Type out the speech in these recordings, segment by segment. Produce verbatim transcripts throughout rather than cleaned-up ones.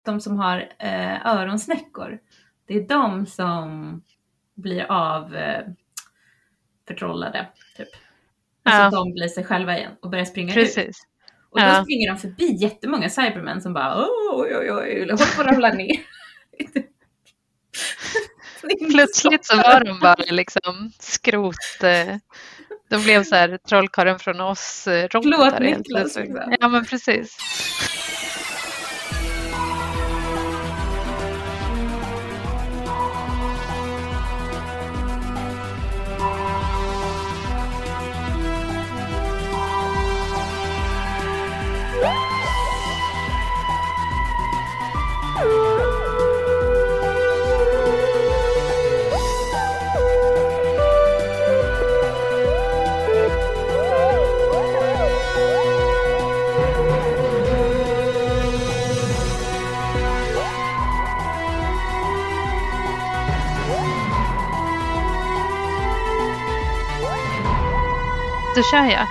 de som har eh, öronsnäckor, det är de som blir av eh, förtrollade typ. Alltså Ja. de blir sig själva igen och börjar springa Precis. ut. Och då Ja. springer de förbi jättemånga Cybermen som bara oj oj oj, håller på att ramla ner. Plötsligt så var de bara liksom skrot. De blev så här trollkarlen från oss robotar. Niklas, ja men precis. Då kör jag.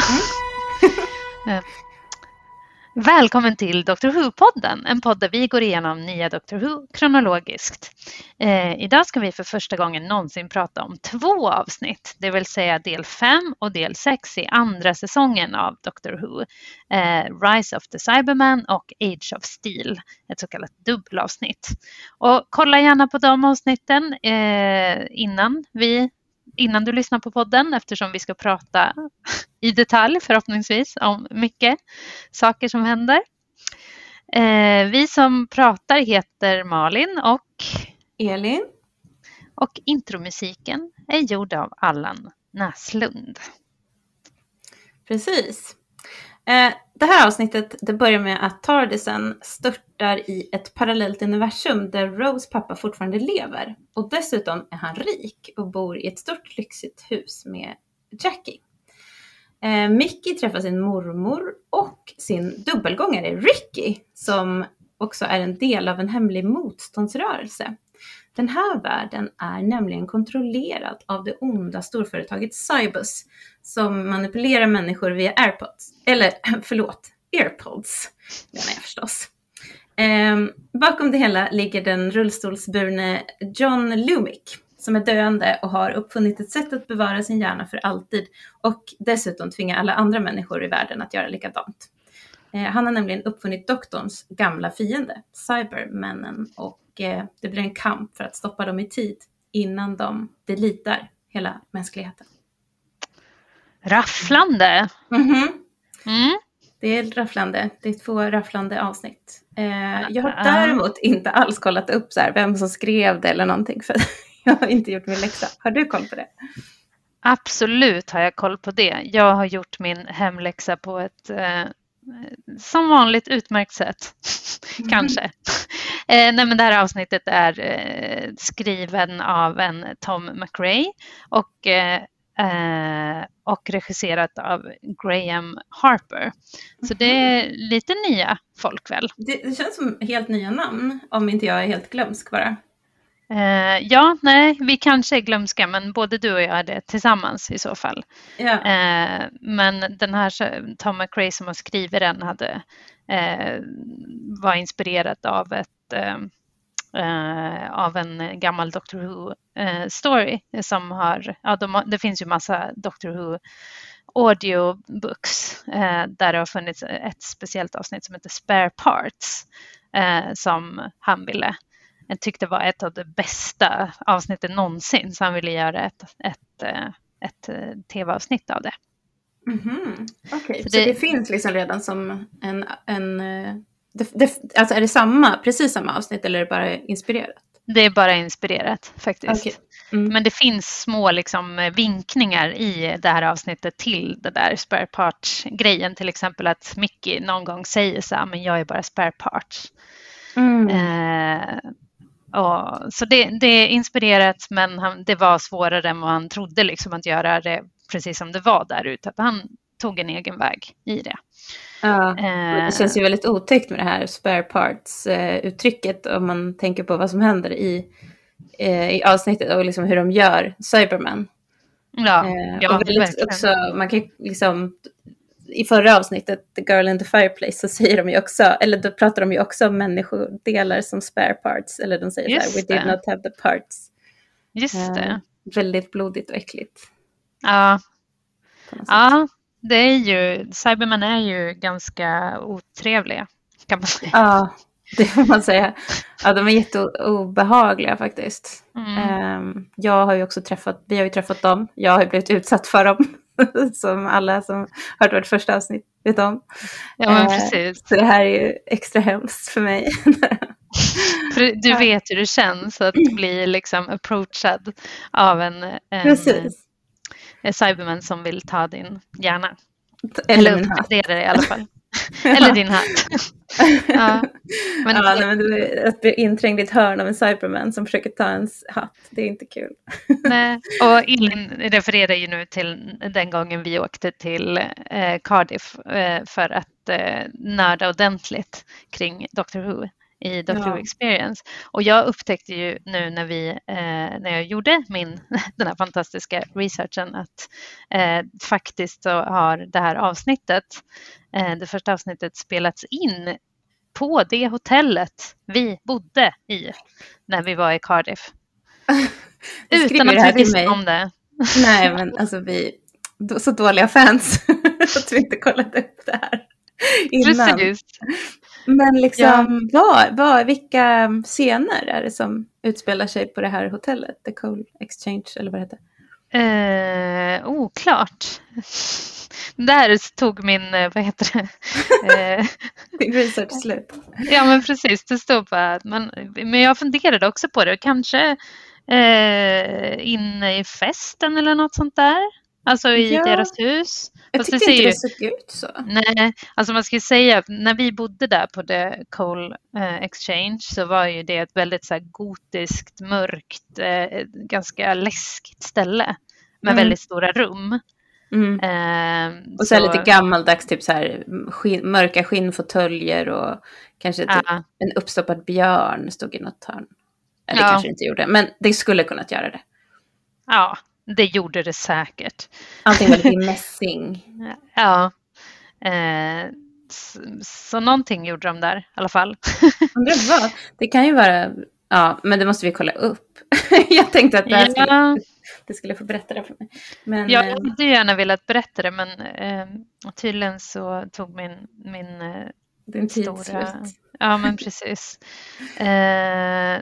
Mm. Välkommen till Doctor Who-podden, en podd där vi går igenom nya Doctor Who kronologiskt. Eh, idag ska vi för första gången någonsin prata om två avsnitt, det vill säga del fem och del sex i andra säsongen av Doctor Who. Eh, Rise of the Cyberman och Age of Steel, ett så kallat dubbelavsnitt. Och kolla gärna på de avsnitten eh, innan vi Innan du lyssnar på podden, eftersom vi ska prata i detalj förhoppningsvis om mycket saker som händer. Eh, vi som pratar heter Malin och Elin. Och intromusiken är gjord av Allan Näslund. Precis. Eh, det här avsnittet det börjar med att Tardisen störtar i ett parallellt universum där Rose pappa fortfarande lever. Och dessutom är han rik och bor i ett stort lyxigt hus med Jackie. Eh, Mickey träffar sin mormor och sin dubbelgångare Ricky som också är en del av en hemlig motståndsrörelse. Den här världen är nämligen kontrollerad av det onda storföretaget Cybus som manipulerar människor via AirPods. Eller förlåt, AirPods menar jag förstås. Ehm, bakom det hela ligger den rullstolsburne John Lumick som är döende och har uppfunnit ett sätt att bevara sin hjärna för alltid och dessutom tvinga alla andra människor i världen att göra likadant. Ehm, han har nämligen uppfunnit doktorns gamla fiende, Cybermännen, och eh, det blir en kamp för att stoppa dem i tid innan de delitar hela mänskligheten. Rafflande! Mm-hmm. Mm. Det är rafflande. Det är två rafflande avsnitt. Eh, jag har däremot inte alls kollat upp så här, vem som skrev det eller någonting. För jag har inte gjort min läxa. Har du koll på det? Absolut har jag koll på det. Jag har gjort min hemläxa på ett eh, som vanligt utmärkt sätt. Mm. Kanske. Eh, nej men det här avsnittet är eh, skriven av en Tom McRae och eh, Eh, och regisserat av Graham Harper. Så det är lite nya folk väl. Det, det känns som helt nya namn, om inte jag är helt glömsk bara. Eh, ja, nej, vi kanske är glömska, men både du och jag är det tillsammans i så fall. Ja. Eh, men den här Tom McRae som har skrivit den hade, eh, var inspirerad av ett eh, Uh, av en gammal Doctor Who uh, story som har, ja, de, det finns ju massa Doctor Who audiobooks uh, där det har funnits ett speciellt avsnitt som heter Spare Parts uh, som han ville, jag tyckte var ett av de bästa avsnitten någonsin, så han ville göra ett, ett, uh, ett, ett tv-avsnitt av det. Mm-hmm. Okej, okay. så, så det, det finns liksom redan som en, en Det, det, alltså är det samma, precis samma avsnitt eller är det bara inspirerat? Det är bara inspirerat faktiskt. Okay. Mm. Men det finns små liksom, vinkningar i det här avsnittet till det där spare parts-grejen. Till exempel att Mickey någon gång säger så här, men jag är bara spare parts. Mm. Eh, och, så det, det är inspirerat, men han, det var svårare än vad han trodde liksom, att göra det precis som det var där ute. Han tog en egen väg i det. Ja, det känns ju väldigt otäckt med det här spare parts-uttrycket om man tänker på vad som händer i, i avsnittet och liksom hur de gör Cyberman. Ja, eh, ja och väldigt också, man kan liksom i förra avsnittet, The Girl in the Fireplace, så säger de ju också, eller då pratar de ju också om människodelar som spare parts, eller de säger Just så här, we did det. not have the parts. Just det. Eh, väldigt blodigt och äckligt. Ja. på något sätt. Ja, det är ju, Cybermen är ju ganska otrevliga, kan man säga. Ja, det får man säga. Ja, de är jätteobehagliga faktiskt. Mm. Um, jag har ju också träffat, vi har ju träffat dem. Jag har ju blivit utsatt för dem. Som alla som hört vårt första avsnitt vet om. Ja, men Eh, precis. Så det här är ju extra hemskt för mig. För du vet hur det känns att bli liksom approachad av en, en, Precis. en cyberman som vill ta din hjärna. Eller Eller min hatt. uppgradera dig i alla fall. Eller din hatt. Ja, men ja, nej, men du, att bli inträngd i ett hörn av en cyberman som försöker ta ens hatt, det är inte kul. nej. Och Elin refererar ju nu till den gången vi åkte till eh, Cardiff eh, för att eh, nörda ordentligt kring Doctor Who i Doctor Ja. Who Experience. Och jag upptäckte ju nu när vi eh, när jag gjorde min den här fantastiska researchen att eh, faktiskt så har det här avsnittet, eh, det första avsnittet, spelats in på det hotellet vi bodde i när vi var i Cardiff. Du Utan skriver att det här vi till visste mig. om det. Nej, men alltså vi då- så dåliga fans att vi inte kollat upp det här innan. Precis. Men liksom, vad, vad, vilka scener är det som utspelar sig på det här hotellet? The Coal Exchange, eller vad det heter? Eh, oklart. Där tog min, eh, vad heter det? Eh, Din research slut. ja, men precis. Det stod bara, men, men jag funderade också på det. Kanske eh, inne i festen eller något sånt där. Alltså i Ja, deras hus. Jag Fast tyckte ser inte ju- det såg ut så. Nej, alltså man ska säga, när vi bodde där på The Coal eh, Exchange så var ju det ett väldigt så här gotiskt, mörkt, eh, ganska läskigt ställe med Mm. väldigt stora rum. Mm. Eh, Och så här lite gammaldags, typ så här skinn, mörka skinnfåtöljer och kanske typ Ja, en uppstoppad björn stod i något hörn. Eller Ja. kanske inte gjorde, men det skulle kunnat göra det. ja, det gjorde det säkert. Allting var lite i mässing. Ja, eh, så, så någonting gjorde de där i alla fall. Undrar vad? Det kan ju vara, ja, men det måste vi kolla upp. Jag tänkte att det, här skulle, Ja, det skulle få berätta det för mig. Men jag eh, hade ju gärna velat berätta det, men eh, tydligen så tog min, min eh, din tid stora... slut. Ja, men precis. Eh,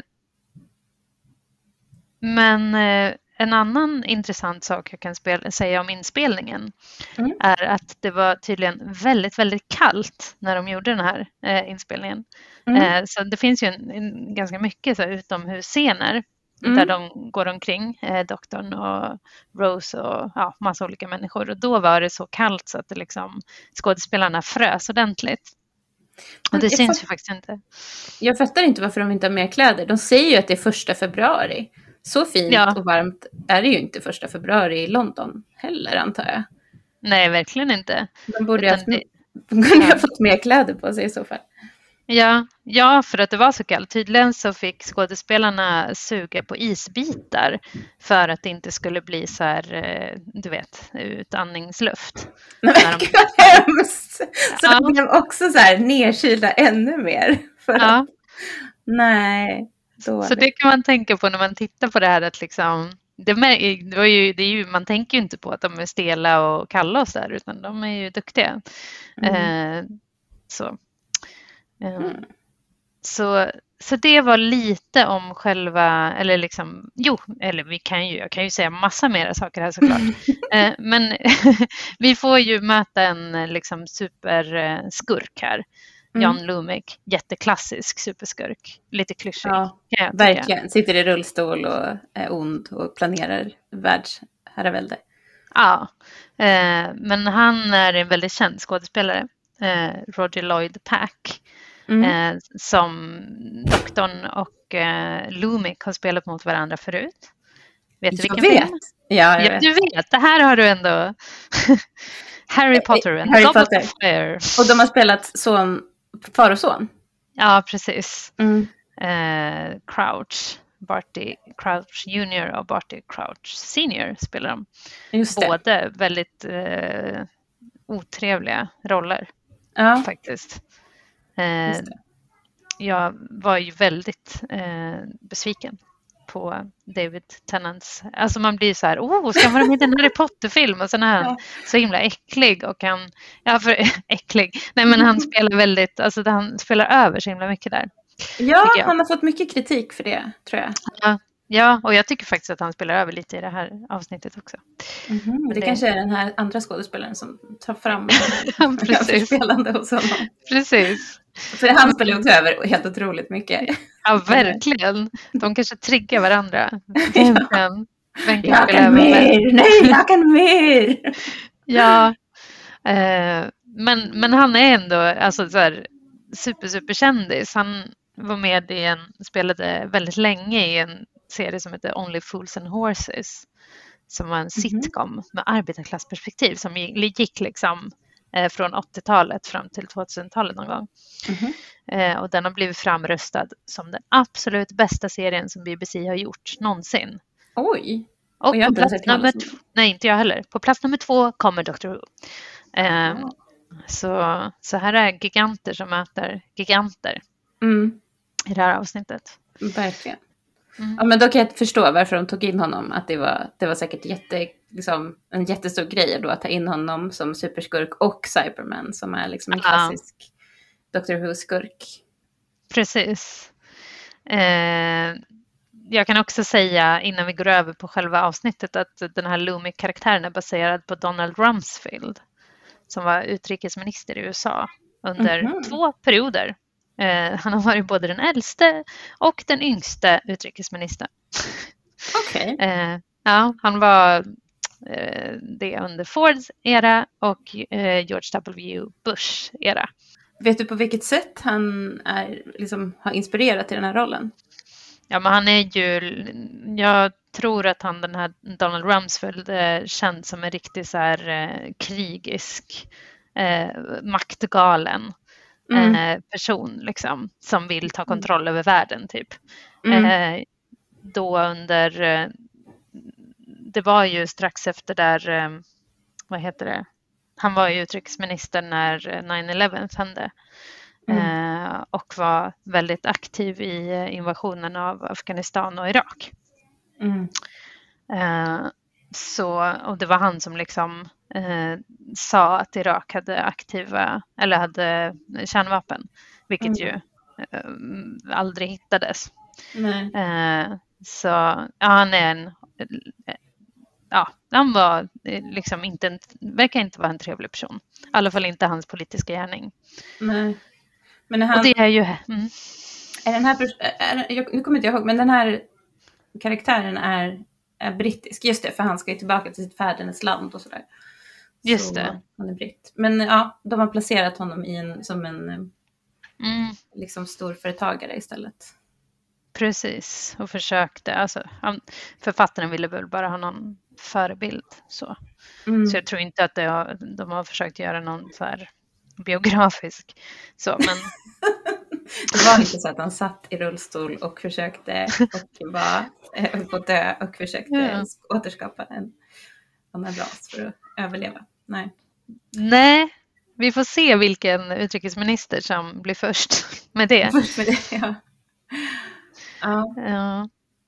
men eh, en annan intressant sak jag kan spela, säga om inspelningen Mm. är att det var tydligen väldigt, väldigt kallt när de gjorde den här eh, inspelningen. Mm. Eh, så det finns ju en, en, ganska mycket så här, utomhusscener Mm. där de går omkring, eh, doktorn och Rose och ja, massa olika människor. Och då var det så kallt så att det liksom, skådespelarna frös ordentligt. Och det Jag syns fatt- ju faktiskt inte. Jag fattar inte varför de inte har mer kläder. De säger ju att det är första februari. Så fint Ja. och varmt är det ju inte första februari i London heller, antar jag. Nej, verkligen inte. De borde ju ha, Utan det- de kunde ha Ja. fått mer kläder på sig i så fall. Ja, ja, för att det var så kallt. Tydligen så fick skådespelarna suga på isbitar för att det inte skulle bli så här, eh, du vet, utandningsluft. Men När de- gud, vad hemskt! Så Ja. de blev också så här nedkylda ännu mer. För att, Ja, nej, dåligt. så det kan man tänka på när man tittar på det här att liksom, det, mär- det, var ju, det är ju, man tänker ju inte på att de är stela och kalla och så där, utan de är ju duktiga. Mm. Eh, så. Eh, Mm. så. Så det var lite om själva, eller liksom, jo, eller vi kan ju, jag kan ju säga massa mera saker här såklart. eh, men vi får ju möta en liksom superskurk här. Mm. John Lumick, jätteklassisk superskurk. Lite klyschig. Ja, kan jag tycka. verkligen. Sitter i rullstol och är ond och planerar världsherravälde. Ja, eh, men han är en väldigt känd skådespelare. Eh, Roger Lloyd Pack. Mm. Eh, som doktorn och eh, Lumick har spelat mot varandra förut. Vet du Jag vilken vet. film? Ja, jag Ja, vet. du vet, det här har du ändå. Harry Potter and Harry the Goblet Potter. of Fire. Och de har spelat son, far och son. Ja, precis. Mm. Eh, Crouch, Barty Crouch junior och Barty Crouch senior spelar de. Just det. Både väldigt eh, otrevliga roller Ja, faktiskt. Eh, just det. jag var ju väldigt eh, besviken på David Tennants. Alltså man blir så här, oh, ska han vara med i en Harry Potter-film? Och sen är han Ja. så himla äcklig och han, ja för äcklig, nej men han spelar väldigt, alltså han spelar över så himla mycket där. Ja, tycker jag. han har fått mycket kritik för det, tror jag. Ja, ja, och jag tycker faktiskt att han spelar över lite i det här avsnittet också. Mhm, men det, det- kanske är den här andra skådespelaren som tar fram Precis. överspelande hos honom. Precis. För han spelar också över helt otroligt mycket. Ja, verkligen. De kanske triggar varandra. Vem kan, vem kan Jag spela kan över vem? mer! Nej, jag kan mer! Ja, eh, men, men han är ändå alltså, så här, super, super kändis. Han var med i en, spelade väldigt länge i en serie som heter Only Fools and Horses. Som var en sitcom med arbetarklassperspektiv som gick liksom eh, från åttiotalet fram till tvåtusentalet någon gång. Mhm. Eh, och den har blivit framröstad som den absolut bästa serien som B B C har gjort någonsin. Oj! Och Och jag har på inte plats sett nummer talas om två, nej inte jag heller. På plats nummer två kommer Doctor Who. Eh, Ja. så, så här är giganter som möter giganter Mm, i det här avsnittet. verkligen. Mm. Ja, men då kan jag förstå varför de tog in honom. Att det var, det var säkert jätte, liksom, en jättestor grej då att ta in honom som superskurk och Cyberman som är liksom en Ja. klassisk Doctor Who-skurk. Precis. Eh, jag kan också säga innan vi går över på själva avsnittet att den här Loomis-karaktären är baserad på Donald Rumsfeld som var utrikesminister i U S A under Mhm. två perioder. Eh, han har varit både den äldste och den yngste utrikesministern. Okej. Eh, ja, han var eh, det under Fords era och eh, George W. Bush era. Vet du på vilket sätt han är, liksom, har inspirerat till den här rollen? Ja, men han är ju, jag tror att han den här Donald Rumsfeld är känd som en riktigt så här eh, krigisk, eh, maktgalen Mm. eh, person liksom, som vill ta kontroll över världen typ. Mm. Eh, då under, eh, det var ju strax efter där, eh, vad heter det, han var ju utrikesminister när nine eleven hände. Mm. Eh, och var väldigt aktiv i eh, invasionen av Afghanistan och Irak. Mm. Eh, så, och det var han som liksom eh, sa att Irak hade aktiva, eller hade kärnvapen, vilket Mm. ju eh, aldrig hittades. Nej. Eh, så ja, han är en, ja, han var eh, liksom inte en, verkar inte vara en trevlig person. I alla fall inte hans politiska gärning. Nej. Men är han, Och det är ju, mm. är den här, pers- är, jag, nu kommer inte jag ihåg, men den här karaktären är, är brittisk. Just det, för han ska ju tillbaka till sitt fädernes land och sådär. Just Så det. han är britt. Men ja, de har placerat honom i en, som en Mm, liksom storföretagare istället. precis, och försökte, alltså han, författaren ville väl bara ha någon förebild så. Mm. Så jag tror inte att det har, de har försökt göra någon så här biografisk så, men Det var inte så att han satt i rullstol och försökte och var eh, på dö och försökte Ja. återskapa en anabras för att överleva. Nej. nej, vi får se vilken utrikesminister som blir först med det. Först med det, ja. Ja. Ja.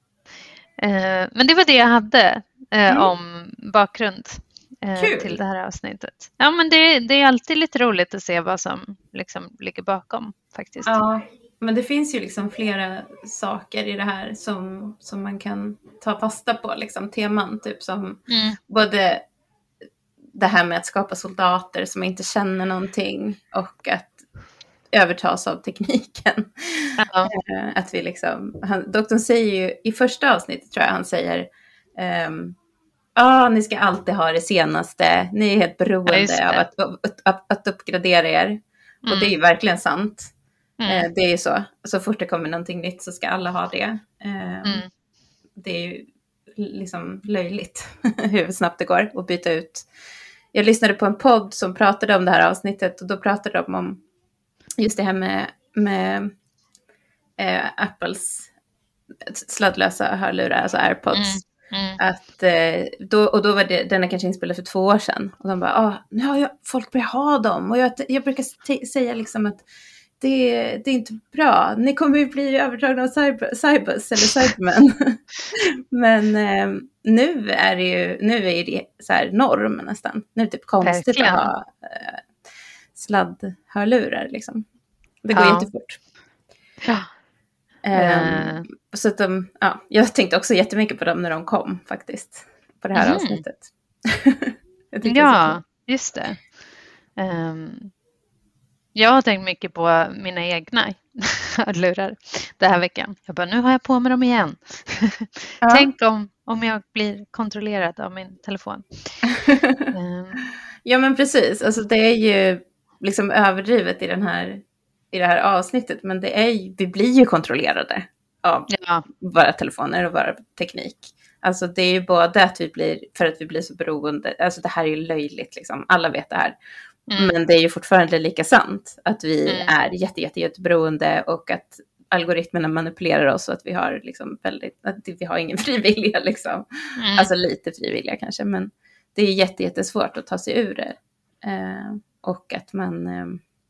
Eh, men det var det jag hade eh, Mm. om bakgrund eh, Kul. till det här avsnittet. Ja, men det, det är alltid lite roligt att se vad som liksom ligger bakom faktiskt. Ja, men det finns ju liksom flera saker i det här som, som man kan ta fasta på, liksom teman, typ som Mm. både det här med att skapa soldater som inte känner någonting och att övertas av tekniken. Ja. Eh, Att vi liksom, han, doktorn säger ju i första avsnittet tror jag han säger ehm, ja, ni ska alltid ha det senaste, ni är helt Ja, beroende just det. av att, att, att, att uppgradera er. Och det är ju verkligen sant. Mm. Eh, det är ju så. Så fort det kommer någonting nytt så ska alla ha det. Eh, Mm. Det är ju liksom löjligt hur snabbt det går att byta ut. Jag lyssnade på en podd som pratade om det här avsnittet och då pratade de om just det här med, med eh, Apples sladdlösa hörlurar, alltså AirPods. Mm. Att, eh, då, och då var det, den är kanske inspelad för två år sedan. Och de bara, ah, nu har jag, folk börjar ha dem. Och jag, jag brukar t- säga liksom att det, det är inte bra. Ni kommer ju bli övertagna av cyber, Cybus eller Cyberman. Men eh, nu är det ju nu är det så här norm nästan. Nu är det typ konstigt Verkligen. Att ha eh, sladdhörlurar liksom. Det går ja. Jättefort. Ja. Um, så att de, ja, jag tänkte också jättemycket på dem när de kom faktiskt. På det här mm. avsnittet. Ja, just det. Um, jag har tänkt mycket på mina egna hörlurar den här veckan. Jag bara, nu har jag på mig dem igen. Ja. Tänk om, om jag blir kontrollerad av min telefon. um. Ja, men precis. Alltså det är ju liksom överdrivet i den här i det här avsnittet, men det är, vi blir ju kontrollerade av ja. Våra telefoner och vår teknik. Alltså det är ju både att vi blir, för att vi blir så beroende, alltså det här är ju löjligt liksom, alla vet det här. Mm. Men det är ju fortfarande lika sant att vi mm. är jätte, jätte, jätte beroende och att algoritmerna manipulerar oss och att vi har liksom väldigt, att vi har ingen frivilliga liksom. Mm. Alltså lite frivilliga kanske, men det är jätte, jättesvårt att ta sig ur det. Eh, och att man eh,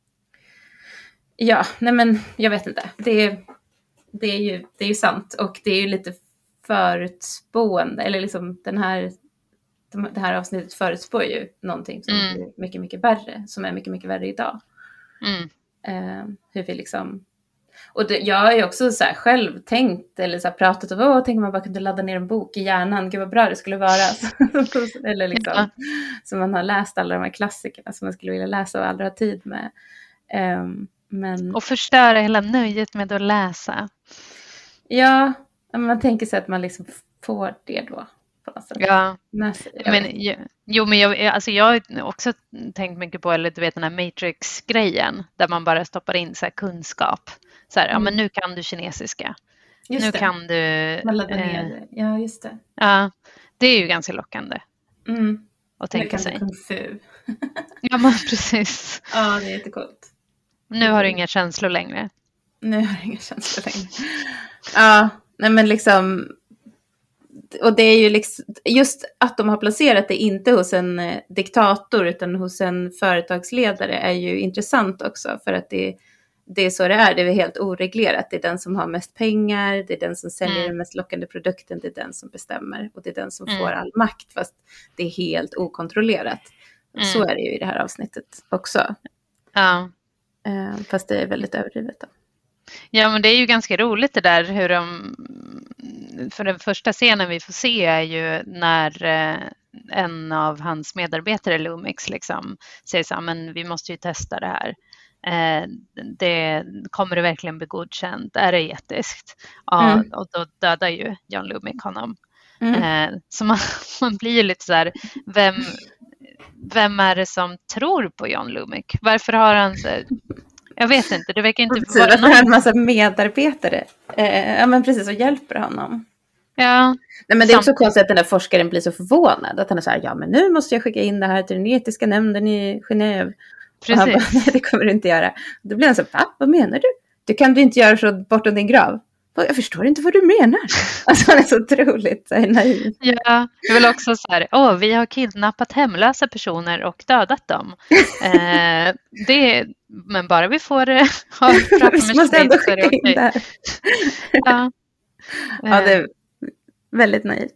ja, nej men jag vet inte. Det, det, är ju, det är ju sant och det är ju lite förutspående. Eller liksom den här, det här avsnittet förutspår ju någonting som mm. är mycket, mycket värre. Som är mycket, mycket värre idag. Mm. Eh, hur vi liksom... Och det, jag har ju också så här själv tänkt eller så här pratat om, åh, tänk om man bara kunde ladda ner en bok i hjärnan. Gud vad bra det skulle vara. eller liksom, ja. Så man har läst alla de här klassikerna som man skulle vilja läsa och aldrig ha tid med. Um, Men... Och förstöra hela nöjet med att läsa. Ja, man tänker sig att man liksom får det då. På något sätt. Ja, men, jo, jo, men jag, alltså jag har också tänkt mycket på, eller du vet den här Matrix-grejen. Där man bara stoppar in så här kunskap. Så här, mm. ja men nu kan du kinesiska. Just nu det. Kan du... Eh, ja, just det. Ja, det är ju ganska lockande. Mm. Att tänka sig. Kung fu. Ja, men precis. Ja, det är jättekult. Nu har du inga känslor längre. Nu har jag inga känslor längre. Ja, nej men liksom... Och det är ju liksom... Just att de har placerat det inte hos en eh, diktator utan hos en företagsledare är ju intressant också. För att det, det är så det är. Det är helt oreglerat. Det är den som har mest pengar. Det är den som säljer mm. den mest lockande produkten. Det är den som bestämmer. Och det är den som mm. får all makt. Fast det är helt okontrollerat. Mm. Så är det ju i det här avsnittet också. Ja. Uh, fast det är väldigt överdrivet då. Ja, men det är ju ganska roligt det där hur de, för den första scenen vi får se är ju när eh, en av hans medarbetare Lumix liksom säger så här, men vi måste ju testa det här. Eh, det, kommer det verkligen bli godkänt? Är det etiskt? Ja, mm. och då dödar ju John Lumix honom. Mm. Eh, så man, man blir ju lite så här, vem Vem är det som tror på John Lumix? Varför har han så... Jag vet inte, det verkar inte precis, vara någon... en massa medarbetare. Eh, ja, men precis, och hjälper honom. Ja. Nej, men det är också konstigt att den där forskaren blir så förvånad. Att han är så här, ja men nu måste jag skicka in det här till den etiska nämnden i Genève. Precis. Och han bara, nej det kommer du inte göra. Då blir han så här, va? Vad menar du? Det kan du inte göra så bortom din grav. Jag förstår inte vad du menar. Alltså han är så otroligt naiv. Ja, jag vill också så här, åh, vi har kidnappat hemlösa personer och dödat dem. eh, det, men bara vi får eh, ha vi måste ändå skicka in okay. där. Ja. Ja, det är väldigt naivt.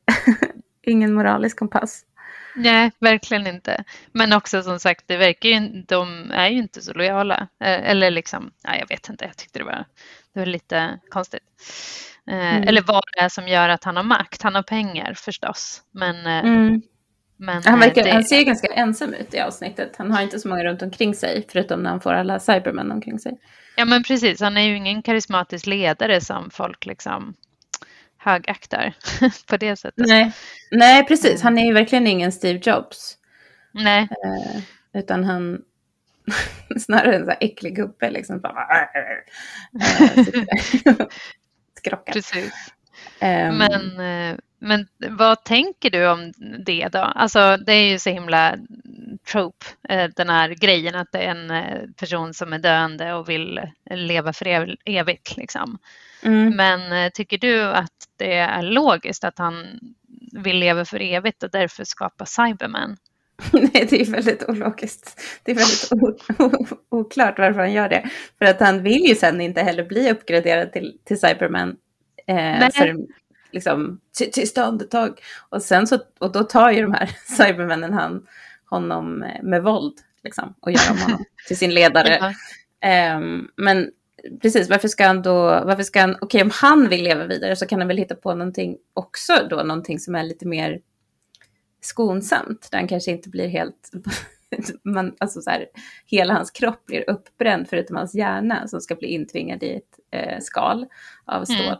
Ingen moralisk kompass. Nej, verkligen inte. Men också som sagt, det verkar ju, de är ju inte så lojala. Eller liksom, nej, jag vet inte, jag tyckte det var, det var lite konstigt. Mm. Eller vad det är som gör att han har makt. Han har pengar förstås. Men, mm. men han, verkar, det... han ser ganska ensam ut i avsnittet. Han har inte så många runt omkring sig, förutom när han får alla Cybermen omkring sig. Ja, men precis. Han är ju ingen karismatisk ledare som folk liksom högaktar på det sättet. Nej, Nej precis. Han är ju verkligen ingen Steve Jobs. Nej. Eh, utan han snarare en så här äcklig gubbe liksom. Bara, äh, skrockar. Precis. Um, men, men vad tänker du om det då? Alltså det är ju så himla trope, eh, den här grejen att det är en eh, person som är döende och vill leva för ev- evigt liksom. Mm. Men eh, tycker du att det är logiskt att han vill leva för evigt och därför skapa Cyberman? Nej, det är väldigt ologiskt. Det är väldigt o- o- oklart varför han gör det. För att han vill ju sen inte heller bli uppgraderad till, till Cyberman eh, för liksom tysta andetag. Och sen så, och då tar ju de här Cybermännen han, honom med våld liksom, och gör om honom till sin ledare. Ja. Eh, men precis, varför ska han då, varför ska han, okej okay, om han vill leva vidare så kan han väl hitta på någonting också då, någonting som är lite mer skonsamt, där han kanske inte blir helt, man, alltså så här, hela hans kropp blir uppbränd förutom hans hjärna som ska bli intvingad i ett eh, skal av stål.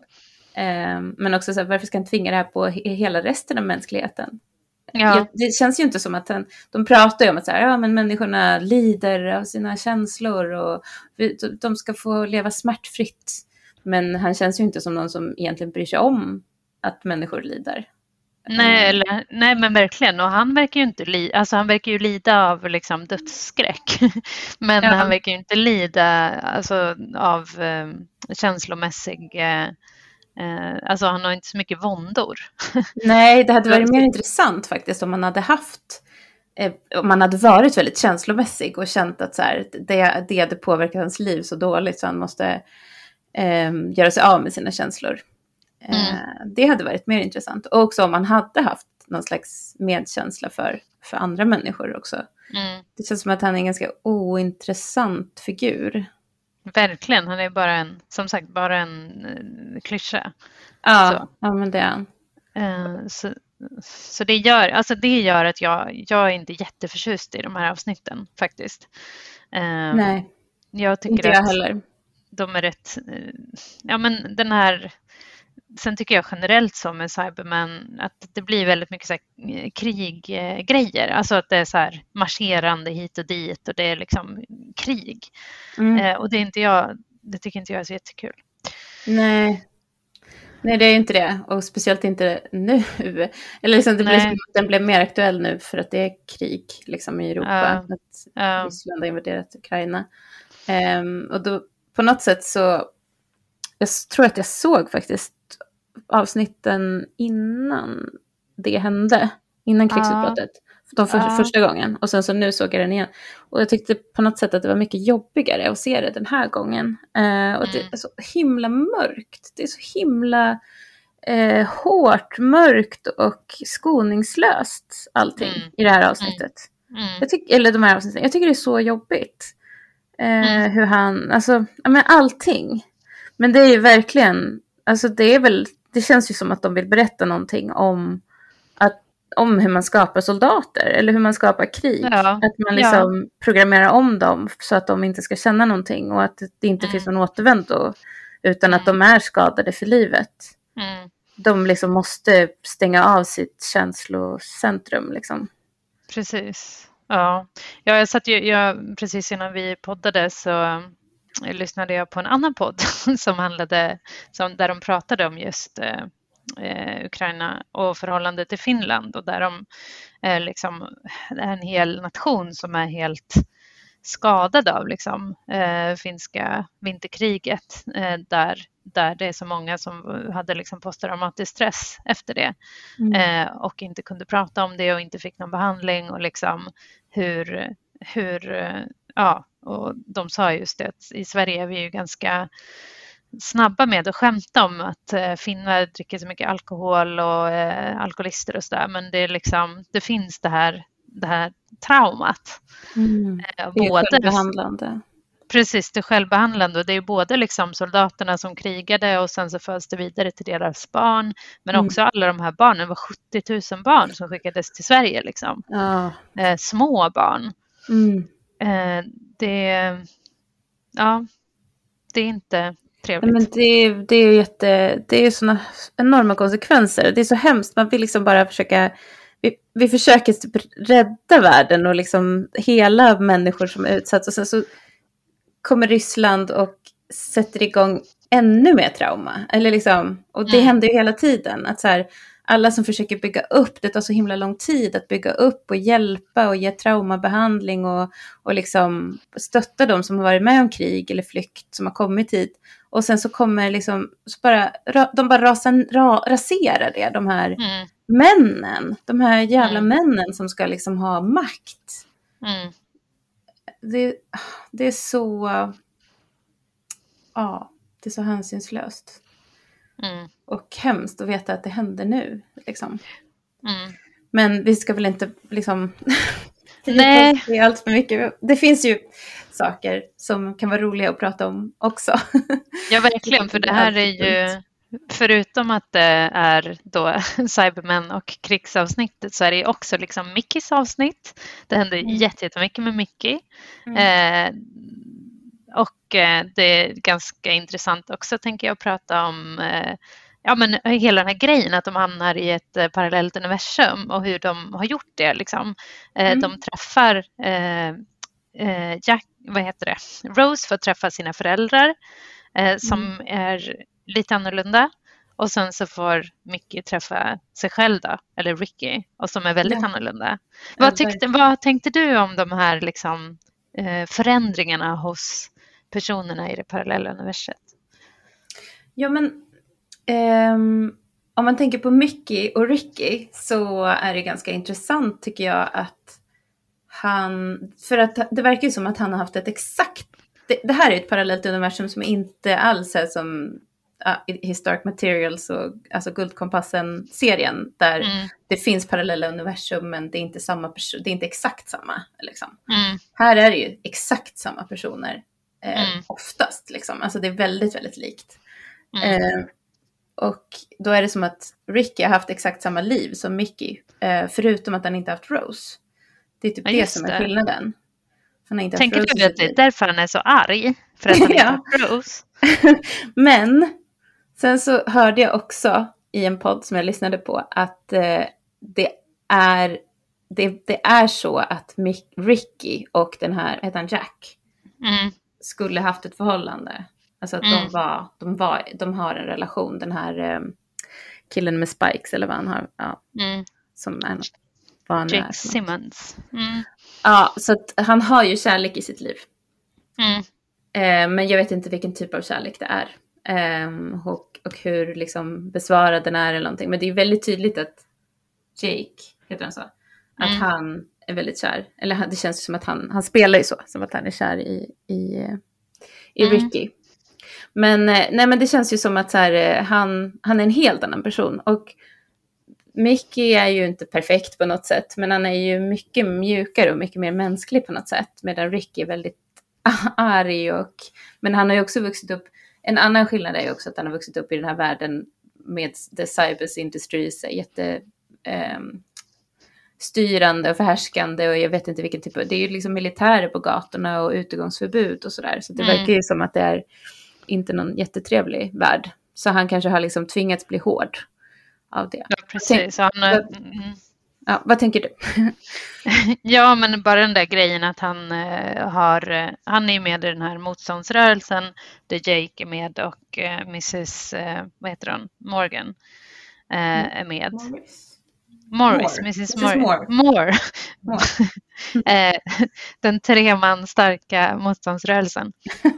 Mm. Eh, men också så här, varför ska han tvinga det här på he- hela resten av mänskligheten? Ja. Jag, det känns ju inte som att han, de pratar ju om att så här, ja, men människorna lider av sina känslor och vi, de ska få leva smärtfritt. Men han känns ju inte som någon som egentligen bryr sig om att människor lider. Nej, eller, nej, men verkligen. Och han verkar ju inte li, alltså han verkar ju lida av liksom dödsskräck. Men Ja. han verkar ju inte lida alltså, av eh, känslomässig... Eh, eh, alltså han har inte så mycket våndor. Nej, det hade varit mer intressant faktiskt om man hade haft... Eh, om man hade varit väldigt känslomässig och känt att så här, det, det hade påverkat hans liv så dåligt så han måste eh, göra sig av med sina känslor. Mm. Det hade varit mer intressant. Och också om man hade haft någon slags medkänsla för, för andra människor också. Mm. Det känns som att han är en ganska ointressant figur. Verkligen, han är bara en, som sagt, bara en uh, klyscha. Ja, så. ja, men det är han. Uh, så, så det gör, alltså det gör att jag, jag är inte jätteförtjust i de här avsnitten faktiskt. Uh, Nej, jag tycker inte jag att heller. De är rätt, uh, ja men den här... Sen tycker jag generellt som med Cyberman att det blir väldigt mycket så här kriggrejer. Alltså att det är så här marscherande hit och dit och det är liksom krig. Mm. Eh, och det, är inte jag, det tycker inte jag är så jättekul. Nej. Nej, det är inte det. Och speciellt inte nu. Eller liksom, det blir som att den blev mer aktuell nu för att det är krig liksom, i Europa. Ja. Att Ja. Ryssland har invaderat Ukraina. Um, och då på något sätt så... Jag tror att jag såg faktiskt avsnitten innan det hände. Innan krigsutbrottet. De för, Ja. första gången. Och sen så nu såg jag den igen. Och jag tyckte på något sätt att det var mycket jobbigare att se det den här gången. Uh, och mm. det är så himla mörkt. Det är så himla uh, hårt, mörkt och skoningslöst allting mm. i det här avsnittet. Mm. Jag tyck, eller de här avsnitten. Jag tycker det är så jobbigt. Uh, mm. Hur han, alltså, ja men allting. Men det är ju verkligen, alltså det är väl, det känns ju som att de vill berätta någonting om, att, om hur man skapar soldater eller hur man skapar krig. Ja. Att man liksom ja. programmerar om dem så att de inte ska känna någonting och att det inte mm. finns någon återvändo utan mm. att de är skadade för livet. Mm. De liksom måste stänga av sitt känslocentrum liksom. Precis, ja. ja jag satt ju, jag, precis innan vi poddade så... lyssnade jag på en annan podd som handlade, som, där de pratade om just eh, Ukraina och förhållandet till Finland och där de eh, liksom, är en hel nation som är helt skadad av liksom, eh, finska vinterkriget eh, där, där det är så många som hade liksom, posttraumatisk stress efter det mm. eh, och inte kunde prata om det och inte fick någon behandling och liksom hur, hur ja, och de sa just det att i Sverige är vi ju ganska snabba med att skämta om att eh, finnar dricker så mycket alkohol och eh, alkoholister och sådär. Men det är liksom, det finns det här, det här traumat. Mm. Eh, det är både, självbehandlande. Precis, det är självbehandlande och det är både liksom soldaterna som krigade och sen så föds det vidare till deras barn. Men mm. också alla de här barnen, det var sjuttio tusen barn som skickades till Sverige liksom. Ja. Eh, små barn. Mm. Eh, det, ja, det är inte trevligt. Men det, det är ju jätte, det är såna enorma konsekvenser. Det är så hemskt. Man vill liksom bara försöka, vi, vi försöker typ rädda världen och liksom hela människor som är utsatta. Och sen så kommer Ryssland och sätter igång ännu mer trauma. Eller liksom, och det mm. händer ju hela tiden. Att så här, alla som försöker bygga upp, det tar så himla lång tid att bygga upp och hjälpa och ge traumabehandling och, och liksom stötta de som har varit med om krig eller flykt som har kommit hit. Och sen så kommer liksom, så bara, de bara rasen, ra, raserar det, de här mm. männen, de här jävla mm. männen som ska liksom ha makt. Mm. Det, det är så, ja, det är så hänsynslöst. Mm. Och hemskt att veta att det händer nu. Liksom. Mm. Men vi ska väl inte liksom... Nej. Det är allt för mycket. Det finns ju saker som kan vara roliga att prata om också. Ja, verkligen. För det här är ju... Förutom att det är då Cybermen och krigsavsnittet så är det också liksom Mickys avsnitt. Det händer mm. jättemycket med Mickey. Mm. Eh, och eh, det är ganska intressant också, tänker jag, att prata om eh, ja, men hela den här grejen att de hamnar i ett eh, parallellt universum och hur de har gjort det. Liksom. Eh, mm. De träffar eh, eh, Jack, vad heter det? Rose för att träffa sina föräldrar eh, som mm. är lite annorlunda. Och sen så får Mickey träffa sig själv då, eller Ricky, och som är väldigt ja. annorlunda. Vad, tyckte, vad tänkte du om de här liksom, eh, förändringarna hos personerna i det parallella universet? Ja, men ehm, om man tänker på Mickey och Ricky så är det ganska intressant, tycker jag, att han, för att det verkar ju som att han har haft ett exakt, det, det här är ett parallellt universum som inte alls är som uh, Historic Materials och alltså Guldkompassen-serien där mm. det finns parallella universum men det är inte samma person, det är inte exakt samma liksom. Mm. Här är det ju exakt samma personer eh, mm. oftast liksom, alltså det är väldigt väldigt likt. Mm. Eh, och då är det som att Ricky har haft exakt samma liv som Mickey, eh, förutom att han inte haft Rose. Det är typ ja, det som är skillnaden. Han har inte Tänker haft du att det är därför han är så arg? För att han inte har Rose? Men sen så hörde jag också i en podd som jag lyssnade på att eh, det är det, det är så att Mick, Ricky och den här, heter han Jack, mm. skulle haft ett förhållande. Alltså att mm. de var, de var, de har en relation, den här eh, killen med spikes eller vad han har, ja, mm. som en Jake Simmons. Mm. Ja, så att han har ju kärlek i sitt liv. Mm. Eh, men jag vet inte vilken typ av kärlek det är. Eh, och, och hur liksom besvarad den är eller någonting. Men det är väldigt tydligt att Jake, heter han så? Att mm. han är väldigt kär. Eller det känns som att han, han spelar ju så. Som att han är kär i, i, i mm. Ricky. Men, nej, men det känns ju som att så här, han, han är en helt annan person. Och Mickey är ju inte perfekt på något sätt. Men han är ju mycket mjukare och mycket mer mänsklig på något sätt. Medan Ricky är väldigt arg. Och, men han har ju också vuxit upp. En annan skillnad är ju också att han har vuxit upp i den här världen med the cyber industries. Jätte eh, styrande och förhärskande. Och jag vet inte vilken typ av. Det är ju liksom militärer på gatorna och utegångsförbud och sådär. Så det mm. verkar ju som att det är inte någon jättetrevlig värld. Så han kanske har liksom tvingats bli hård av det. Ja, precis. Han, vad, ja, vad tänker du? Ja, men bara den där grejen att han uh, har, han är med i den här motståndsrörelsen där Jake är med och uh, missus Uh, vad heter hon? Morgan uh, är med. Morris. Morris, More. missus More. More. More. More. uh, den tre man starka motståndsrörelsen.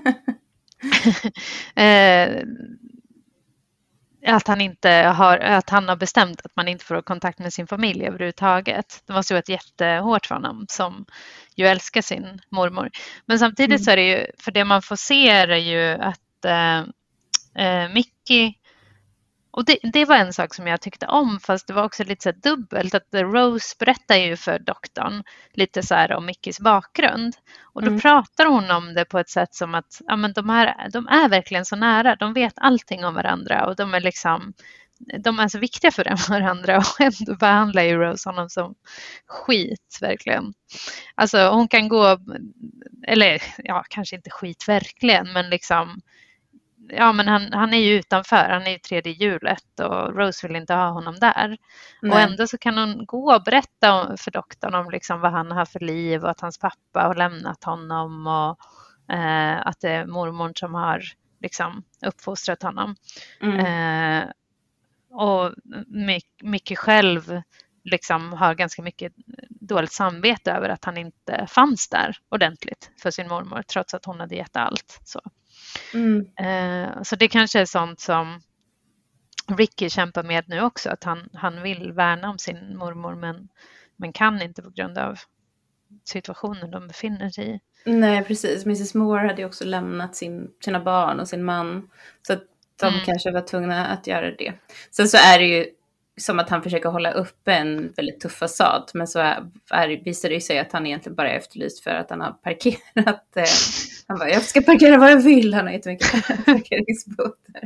uh, Att han inte har, att han har bestämt att man inte får kontakt med sin familj överhuvudtaget. Det måste ju varit jättehårt för honom som ju älskar sin mormor. Men samtidigt mm. så är det ju, för det man får se är ju att äh, Mickey, och det, det var en sak som jag tyckte om, fast det var också lite så här dubbelt, att Rose berättar ju för doktorn lite så här om Mickys bakgrund. Och då mm. pratar hon om det på ett sätt som att ja, men de, här, de är verkligen så nära, de vet allting om varandra och de är liksom, de är så viktiga för varandra och ändå behandlar ju Rose honom som skit, verkligen. Alltså hon kan gå, eller ja, kanske inte skit verkligen, men liksom ja, men han, han är ju utanför, han är ju tredje hjulet och Rose vill inte ha honom där. Nej. Och ändå så kan hon gå och berätta för doktorn om liksom vad han har för liv och att hans pappa har lämnat honom och eh, att det är mormor som har liksom uppfostrat honom. Mm. Eh, och Mickey själv liksom har ganska mycket dåligt samvete över att han inte fanns där ordentligt för sin mormor trots att hon hade gett allt. Så, Mm. eh, så det kanske är sånt som Ricky kämpar med nu också, att han, han vill värna om sin mormor men, men kan inte på grund av situationen de befinner sig i. Nej, precis. missus Moore hade ju också lämnat sin, sina barn och sin man. Så att de mm. kanske var tvungna att göra det. Sen så är det ju som att han försöker hålla uppe en väldigt tuff fasad. Men så är, är, visar det sig att han egentligen bara är efterlyst för att han har parkerat. Eh, han bara, jag ska parkera vad jag vill. Han har jättemycket parkeringsböter.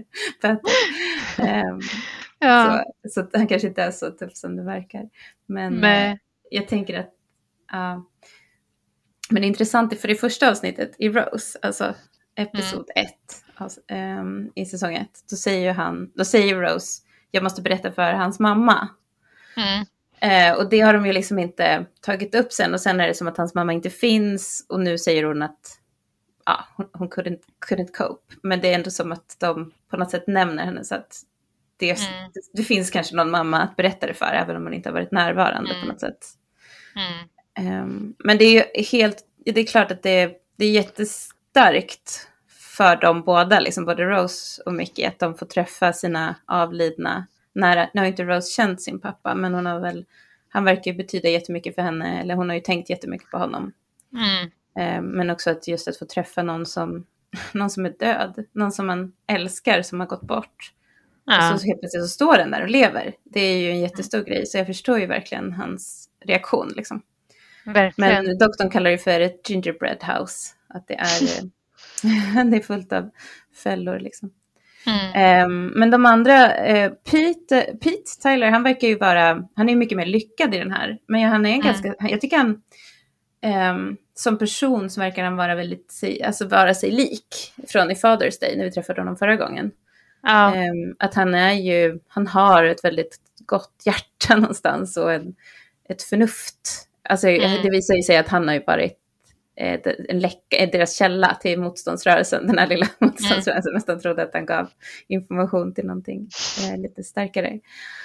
um, ja. så, så han kanske inte är så tuff som det verkar. Men eh, jag tänker att... Uh, men det är intressant för det första avsnittet i Rose, alltså episod mm. ett alltså, um, i säsong ett, då säger han, då säger Rose, jag måste berätta för hans mamma. Mm. Uh, och det har de ju liksom inte tagit upp sen, och sen är det som att hans mamma inte finns, och nu säger hon att ja, hon, hon couldn't, couldn't cope. Men det är ändå som att de på något sätt nämner henne, så att det, mm. det, det finns kanske någon mamma att berätta det för, även om hon inte har varit närvarande mm. på något sätt. Mm. Um, men det är ju helt, det är klart att det, det är jättestarkt för dem båda, liksom både Rose och Mickey, att de får träffa sina avlidna nära. Nu har inte Rose känt sin pappa, men hon har väl, han verkar betyda jättemycket för henne, eller hon har ju tänkt jättemycket på honom. Mm. Um, men också att just att få träffa någon som, någon som är död, någon som man älskar som har gått bort. Ja. Och så helt plötsligt så står den där och lever. Det är ju en jättestor grej, så jag förstår ju verkligen hans reaktion liksom. Verkligen. Men doktorn kallar det för ett gingerbread house. Att det är, det är fullt av fällor liksom. Mm. Um, men de andra, uh, Pete, Pete Tyler, han verkar ju vara, han är mycket mer lyckad i den här. Men han är en mm. ganska, jag tycker han, um, som person så verkar han vara väldigt, alltså vara sig lik från i Father's Day när vi träffade honom förra gången. Ja. Um, att han är ju, han har ett väldigt gott hjärta någonstans och en, ett förnuft. Alltså mm. det visar ju sig att han har ju varit eh, en läcka, deras källa till motståndsrörelsen. Den här lilla motståndsrörelsen mm. nästan trodde att han gav information till någonting eh, lite starkare.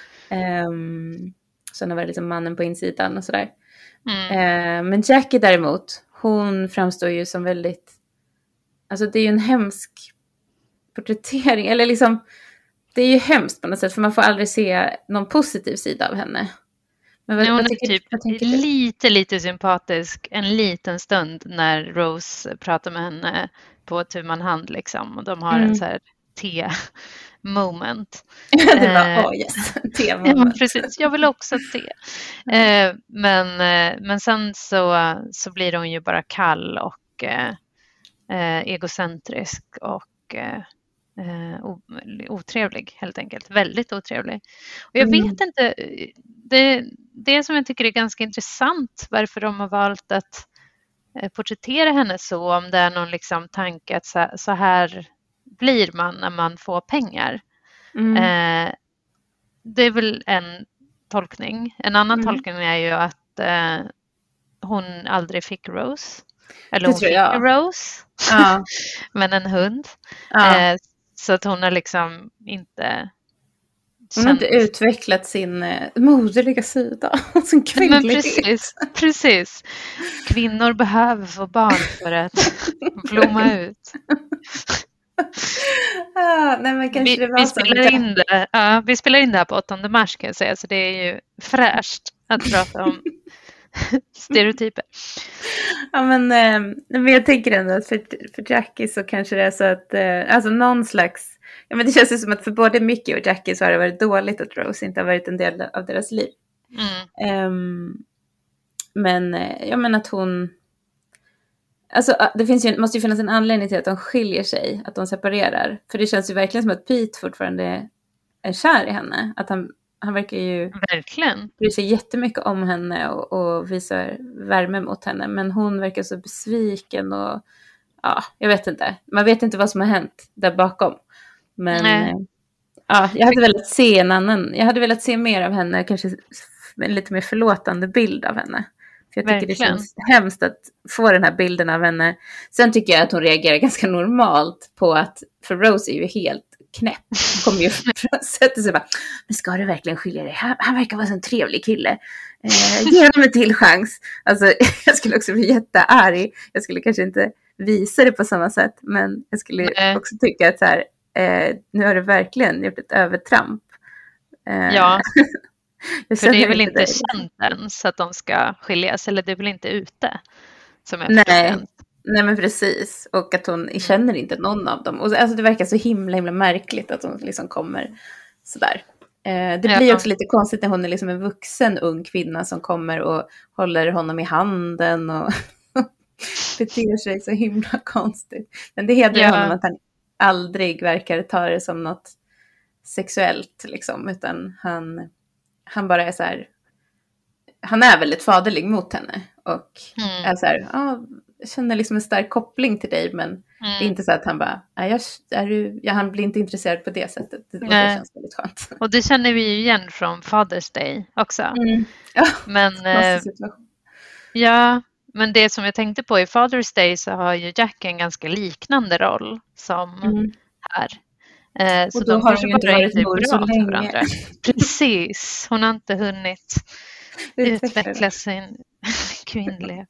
Um, så han har varit liksom mannen på insidan och sådär. Mm. Uh, men Jackie däremot, hon framstår ju som väldigt, alltså det är ju en hemsk porträttering. Eller liksom, det är ju hemskt på något sätt, för man får aldrig se någon positiv sida av henne. Men vad, hon vad är tycker, typ vad lite, lite sympatisk en liten stund när Rose pratar med henne på tu man hand liksom. Och de har mm. en så här te-moment. Ja, det var, oh yes, te-moment. Ja, precis, jag vill också te. Eh, men, eh, men sen så, så blir hon ju bara kall och eh, egocentrisk och eh, Uh, otrevlig helt enkelt, väldigt otrevlig. Och jag mm. vet inte, det, det som jag tycker är ganska intressant, varför de har valt att uh, porträttera henne så, om det är någon liksom tanke att så, så här blir man när man får pengar. Mm. Uh, det är väl en tolkning. En annan mm. tolkning är ju att uh, hon aldrig fick Rose. Eller hon fick Rose, ja. men en hund. Ja. Uh, Så att hon har liksom inte... Hon har inte utvecklat sin eh, moderliga sida. Sin kvinnlighet. Men precis, precis. Kvinnor behöver få barn för att blomma ut. Ah, nej, men kanske vi, det var vi, spelar in det, ja, vi spelar in det här på åttonde mars kan jag säga. Så det är ju fräscht att prata om stereotyper. Ja, men, eh, men jag tänker ändå att för, för Jackie så kanske det är så att eh, alltså någon slags, ja, men det känns ju som att för både Mickey och Jackie så har det varit dåligt att Rose inte har varit en del av deras liv. Mm. Um, men eh, jag menar att hon, alltså det finns ju, måste ju finnas en anledning till att de skiljer sig, att de separerar. För det känns ju verkligen som att Pete fortfarande är kär i henne, att han Han verkar ju verkligen bry sig jättemycket om henne och, och visar värme mot henne. Men hon verkar så besviken och ja, jag vet inte. Man vet inte vad som har hänt där bakom. Men eh, ja, jag hade velat se en annan. Jag hade velat se mer av henne, kanske en lite mer förlåtande bild av henne. För jag tycker verkligen. Det känns hemskt att få den här bilden av henne. Sen tycker jag att hon reagerar ganska normalt på att, för Rose är ju helt knäpp. Hon kommer ju och sätter sig och bara, men ska du verkligen skilja dig? Han, han verkar vara en trevlig kille. Eh, ge honom en till chans. Alltså, jag skulle också bli jättearg. Jag skulle kanske inte visa det på samma sätt. Men jag skulle Nej. också tycka att så här, eh, nu har du verkligen gjort ett övertramp. Eh, ja, för det är väl inte det. känt ens att de ska skiljas. Eller det är väl inte ute. Som jag Nej. Nej, men precis. Och att hon känner inte någon av dem. Och alltså, det verkar så himla, himla märkligt att hon liksom kommer sådär. Eh, det blir ja. också lite konstigt när hon är liksom en vuxen ung kvinna som kommer och håller honom i handen och beter sig så himla konstigt. Men det hedrar ja. honom att han aldrig verkar ta det som något sexuellt liksom. Utan han, han bara är så här. Han är väldigt faderlig mot henne. Och mm. är så här, ja, ah, jag känner liksom en stark koppling till dig, men mm. det är inte så att han bara, är jag, är du, ja, han blir inte intresserad på det sättet. Det, det känns väldigt skönt. Och det känner vi ju igen från Father's Day också. Mm. Ja, men, eh, ja, men det som jag tänkte på i Father's Day så har ju Jack en ganska liknande roll som mm. här. Eh, så och då de har hon ju inte varit mor så länge. Varandra. Precis, hon har inte hunnit utveckla sin kvinnlighet.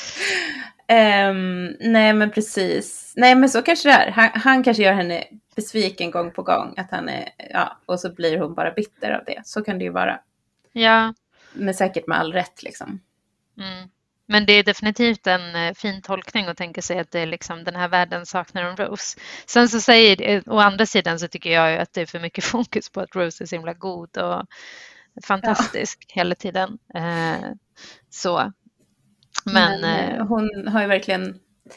Um, nej men precis. Nej men så kanske det är. Han, han kanske gör henne besviken gång på gång. Att han är, ja, och så blir hon bara bitter av det. Så kan det ju vara. Ja. Men säkert med all rätt liksom. Mm. Men det är definitivt en fin tolkning att tänka sig att det är liksom den här världen saknar en Rose. Sen så säger, å andra sidan så tycker jag ju att det är för mycket fokus på att Rose är så himla god och fantastisk ja. hela tiden. Eh, så. Men, Men eh, hon har ju verkligen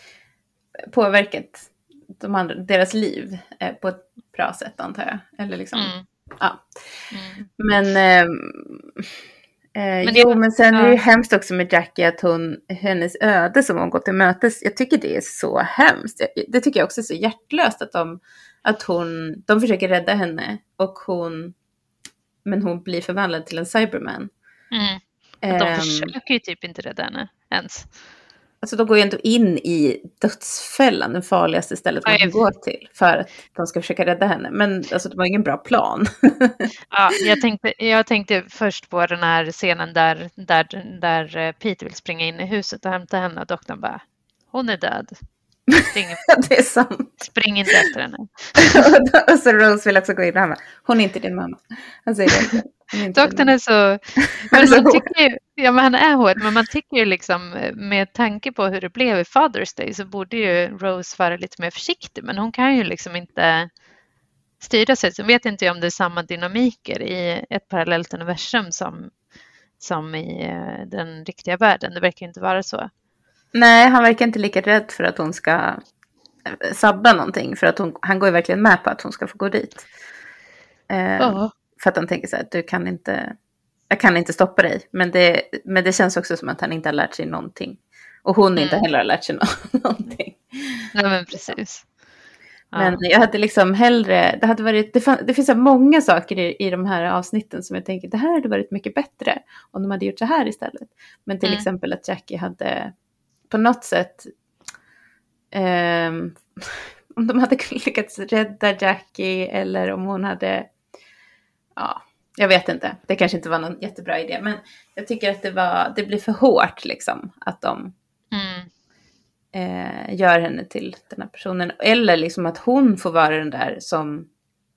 påverkat de andra, deras liv eh, på ett bra sätt antar jag. Eller liksom, mm. ja. Mm. Men, eh, eh, men, det, jo, men sen ja. är det ju hemskt också med Jackie att hon, hennes öde som hon gått till mötes, jag tycker det är så hemskt. Det tycker jag också är så hjärtlöst att de, att hon, de försöker rädda henne och hon, men hon blir förvandlad till en Cyberman. Mm. De försöker ju typ inte rädda henne ens. Alltså de går ju ändå in i dödsfällan, den farligaste stället man kan gå till för att de ska försöka rädda henne. Men alltså det var ingen bra plan. Ja, jag tänkte, jag tänkte först på den här scenen där, där, där Peter vill springa in i huset och hämta henne och doktorn bara, hon är död. Det är, ingen... det är sant. Spring inte efter henne. Och så Rose vill också gå in och hemma. Hon är inte din mamma. Han säger det. Doktorn är så... Men man tycker ju, ja, men han är hård, men man tycker ju liksom med tanke på hur det blev i Father's Day så borde ju Rose vara lite mer försiktig. Men hon kan ju liksom inte styra sig. Så vet inte om det är samma dynamiker i ett parallellt universum som, som i den riktiga världen. Det verkar inte vara så. Nej, han verkar inte lika rädd för att hon ska sabba någonting. För att hon, han går ju verkligen med på att hon ska få gå dit. Eh, oh. För att han tänker så här, du kan inte, jag kan inte stoppa dig. Men det, men det känns också som att han inte har lärt sig någonting. Och hon mm. inte heller har lärt sig någonting. Nej, men precis. Men ja. jag hade liksom hellre, det hade varit, det, fann, det finns så många saker i, i de här avsnitten som jag tänker, det här hade varit mycket bättre om de hade gjort så här istället. Men till mm. exempel att Jackie hade på något sätt, eh, om de hade lyckats rädda Jackie eller om hon hade, ja, jag vet inte. Det kanske inte var någon jättebra idé, men jag tycker att det var, det blir för hårt liksom att de mm. eh, gör henne till den här personen. Eller liksom att hon får vara den där som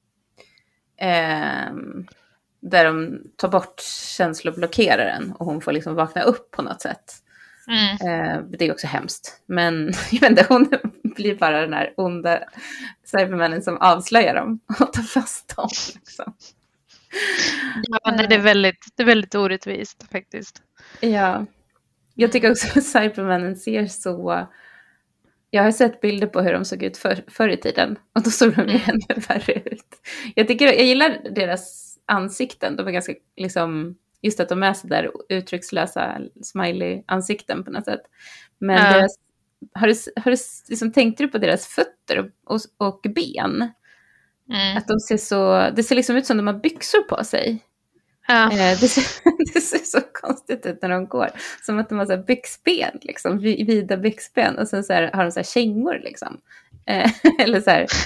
eh, där de tar bort känsloblockeraren och hon får liksom vakna upp på något sätt. Mm. Eh, det är också hemskt. Men jag vet inte, hon blir bara den här onda cybermannen som avslöjar dem och tar fast dem liksom. Ja, nej, det är väldigt, det är väldigt orättvist faktiskt. Ja, jag tycker också att cybermannen ser så... Jag har sett bilder på hur de såg ut för, förr i tiden. Och då såg de ju ännu värre ut. Jag, tycker, jag gillar deras ansikten. De är ganska liksom... Just att de är så där uttryckslösa smiley-ansikten på något sätt. Men ja. deras, har du, har du liksom, tänkte du på deras fötter och, och, och ben? Mm. Att de ser så, det ser liksom ut som de har byxor på sig. Ja. Eh, det, ser, det ser så konstigt ut när de går. Som att de har så här byxben, liksom, vida byxben. Och sen så här, har de så här kängor liksom. Eh, eller så här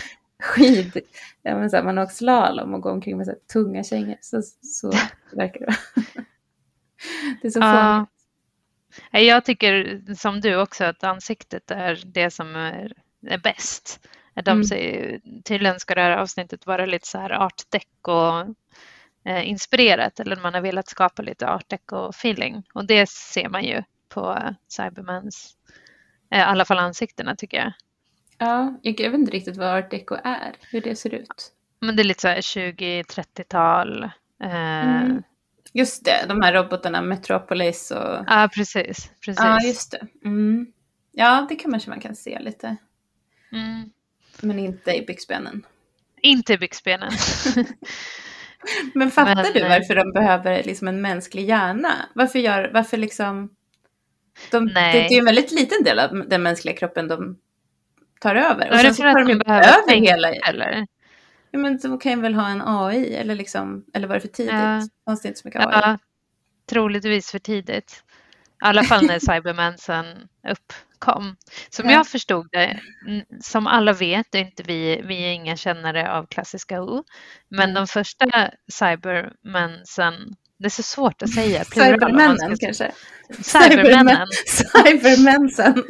skid, ja, men så här, man har åkt slalom och går omkring med så här, tunga kängor. Så, så verkar det. Det är så Ja. fånigt. Jag tycker som du också att ansiktet är det som är, är bäst. De Mm. säger, tydligen ska det här avsnittet vara lite så här art deco eh, inspirerat, eller man har velat skapa lite art deco feeling, och det ser man ju på Cybermans, eh, i alla fall ansiktena tycker jag. Ja, jag vet inte riktigt vad art deco är, hur det ser ut. Men det är lite så här tjugo-trettiotal. Eh, Mm. Just det, de här robotarna Metropolis och... Ja, precis. precis. Ja, just det. Mm. Ja, det kan man, man kan se lite. Mm. Men inte i byxbenen. Inte i byxbenen. Men fattar Men, du varför de behöver liksom en mänsklig hjärna? Varför gör, varför liksom... De, Nej. det är ju en väldigt liten del av den mänskliga kroppen de tar över. Och är sen det så för tar att de de ju behöver över tänka, hela... eller? Ja, men de kan ju väl ha en A I, eller liksom... Eller var det för tidigt? Ja. Fanns det inte så mycket A I? Ja, troligtvis för tidigt. I alla fall när Cybermansen uppkom. Som Ja. jag förstod det, som alla vet, är inte vi, vi är inga kännare av klassiska O. Men Mm. de första Cybermansen, det är så svårt att säga. plural, om man Cybermännen ska- kanske? Cybermännen. Cybermänsen.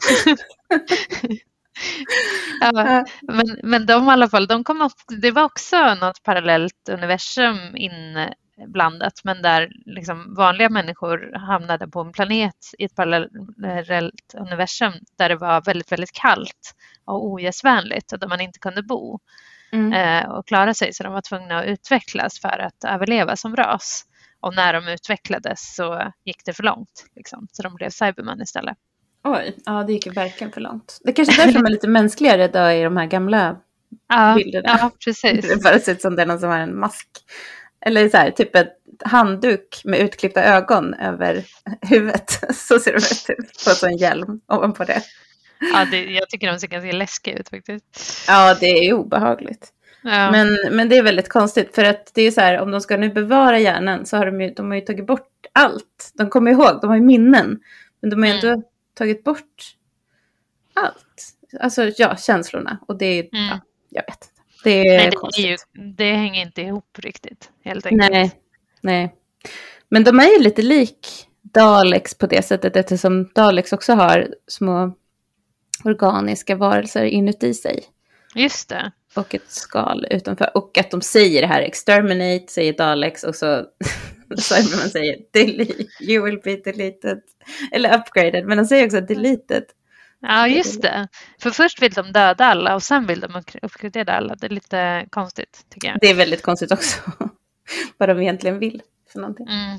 Ja, Ja. men, men de i alla fall, de kom upp, det var också något parallellt universum inblandat, men där liksom vanliga människor hamnade på en planet i ett parallellt universum där det var väldigt, väldigt kallt och ogästvänligt och där man inte kunde bo Mm. eh, och klara sig, så de var tvungna att utvecklas för att överleva som ras. Och när de utvecklades så gick det för långt, liksom, så de blev Cyberman istället. Oj, ja det gick ju verkligen för långt. Det kanske är därför de är lite mänskligare då i de här gamla Ja, bilderna. ja precis. Det bara ser ut som det är någon som har en mask. Eller så här, typ ett handduk med utklippta ögon över huvudet. Så ser det ut på en sån hjälm ovanpå det. Ja, det, jag tycker de ser ganska läskiga ut faktiskt. Ja, det är obehagligt. Ja. Men, men det är väldigt konstigt, för att det är så här, om de ska nu bevara hjärnan så har de ju, de har ju tagit bort allt. De kommer ihåg, de har ju minnen. Men de har ju Mm. ändå tagit bort allt. Alltså ja, känslorna. Och det är, Mm. ja, jag vet inte. Det är Nej, det, är konstigt. ju, det hänger inte ihop riktigt, helt enkelt. Nej, nej. Men de är ju lite lik Daleks på det sättet, eftersom Daleks också har små organiska varelser inuti sig. Just det. Och ett skal utanför. Och att de säger det här, exterminate, säger Daleks. Och så Cyberman säger, delete, you will be deleted. Eller upgraded, men de säger också deleted. Ja, just det. För först vill de döda alla och sen vill de uppgradera alla. Det är lite konstigt, tycker jag. Det är väldigt konstigt också. Vad de egentligen vill för någonting. Mm.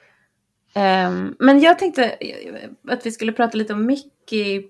Um, men jag tänkte att vi skulle prata lite om Mickey.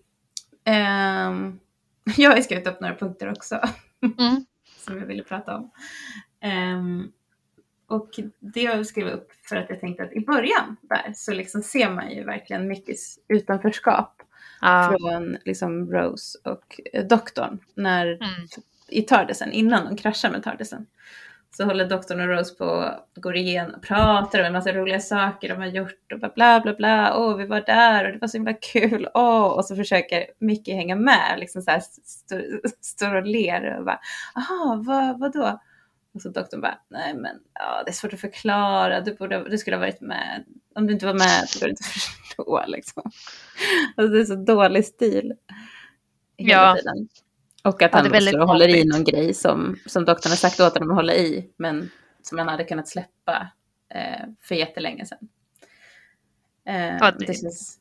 Um, jag har skrivit upp några punkter också. Mm. Som jag ville prata om. Um, och det jag skrev upp för att jag tänkte att i början där så liksom ser man ju verkligen Mickeys utanförskap. Ja. Från liksom Rose och eh, doktorn. När, Mm. i Tardisen, innan de kraschar med Tardisen. Så håller doktorn och Rose på och går igenom och pratar om en massa roliga saker de har gjort. Och bla bla bla. Åh, vi var där och det var så himla kul. Åh, och så försöker Mickey hänga med. Liksom så här står, står och ler och bara, aha, vad, vad då? Och så doktorn bara, nej men ja, det är svårt att förklara. Du, borde, du skulle ha varit med. Om du inte var med så skulle du inte förstå liksom. Alltså, det är så dålig stil. Hela Ja. tiden. Och att Ja, han det är väldigt också håller i konstigt. någon grej som, som doktorn har sagt åt honom att hålla i. Men som han hade kunnat släppa eh, för jättelänge sedan. Eh, Ja, det- det känns...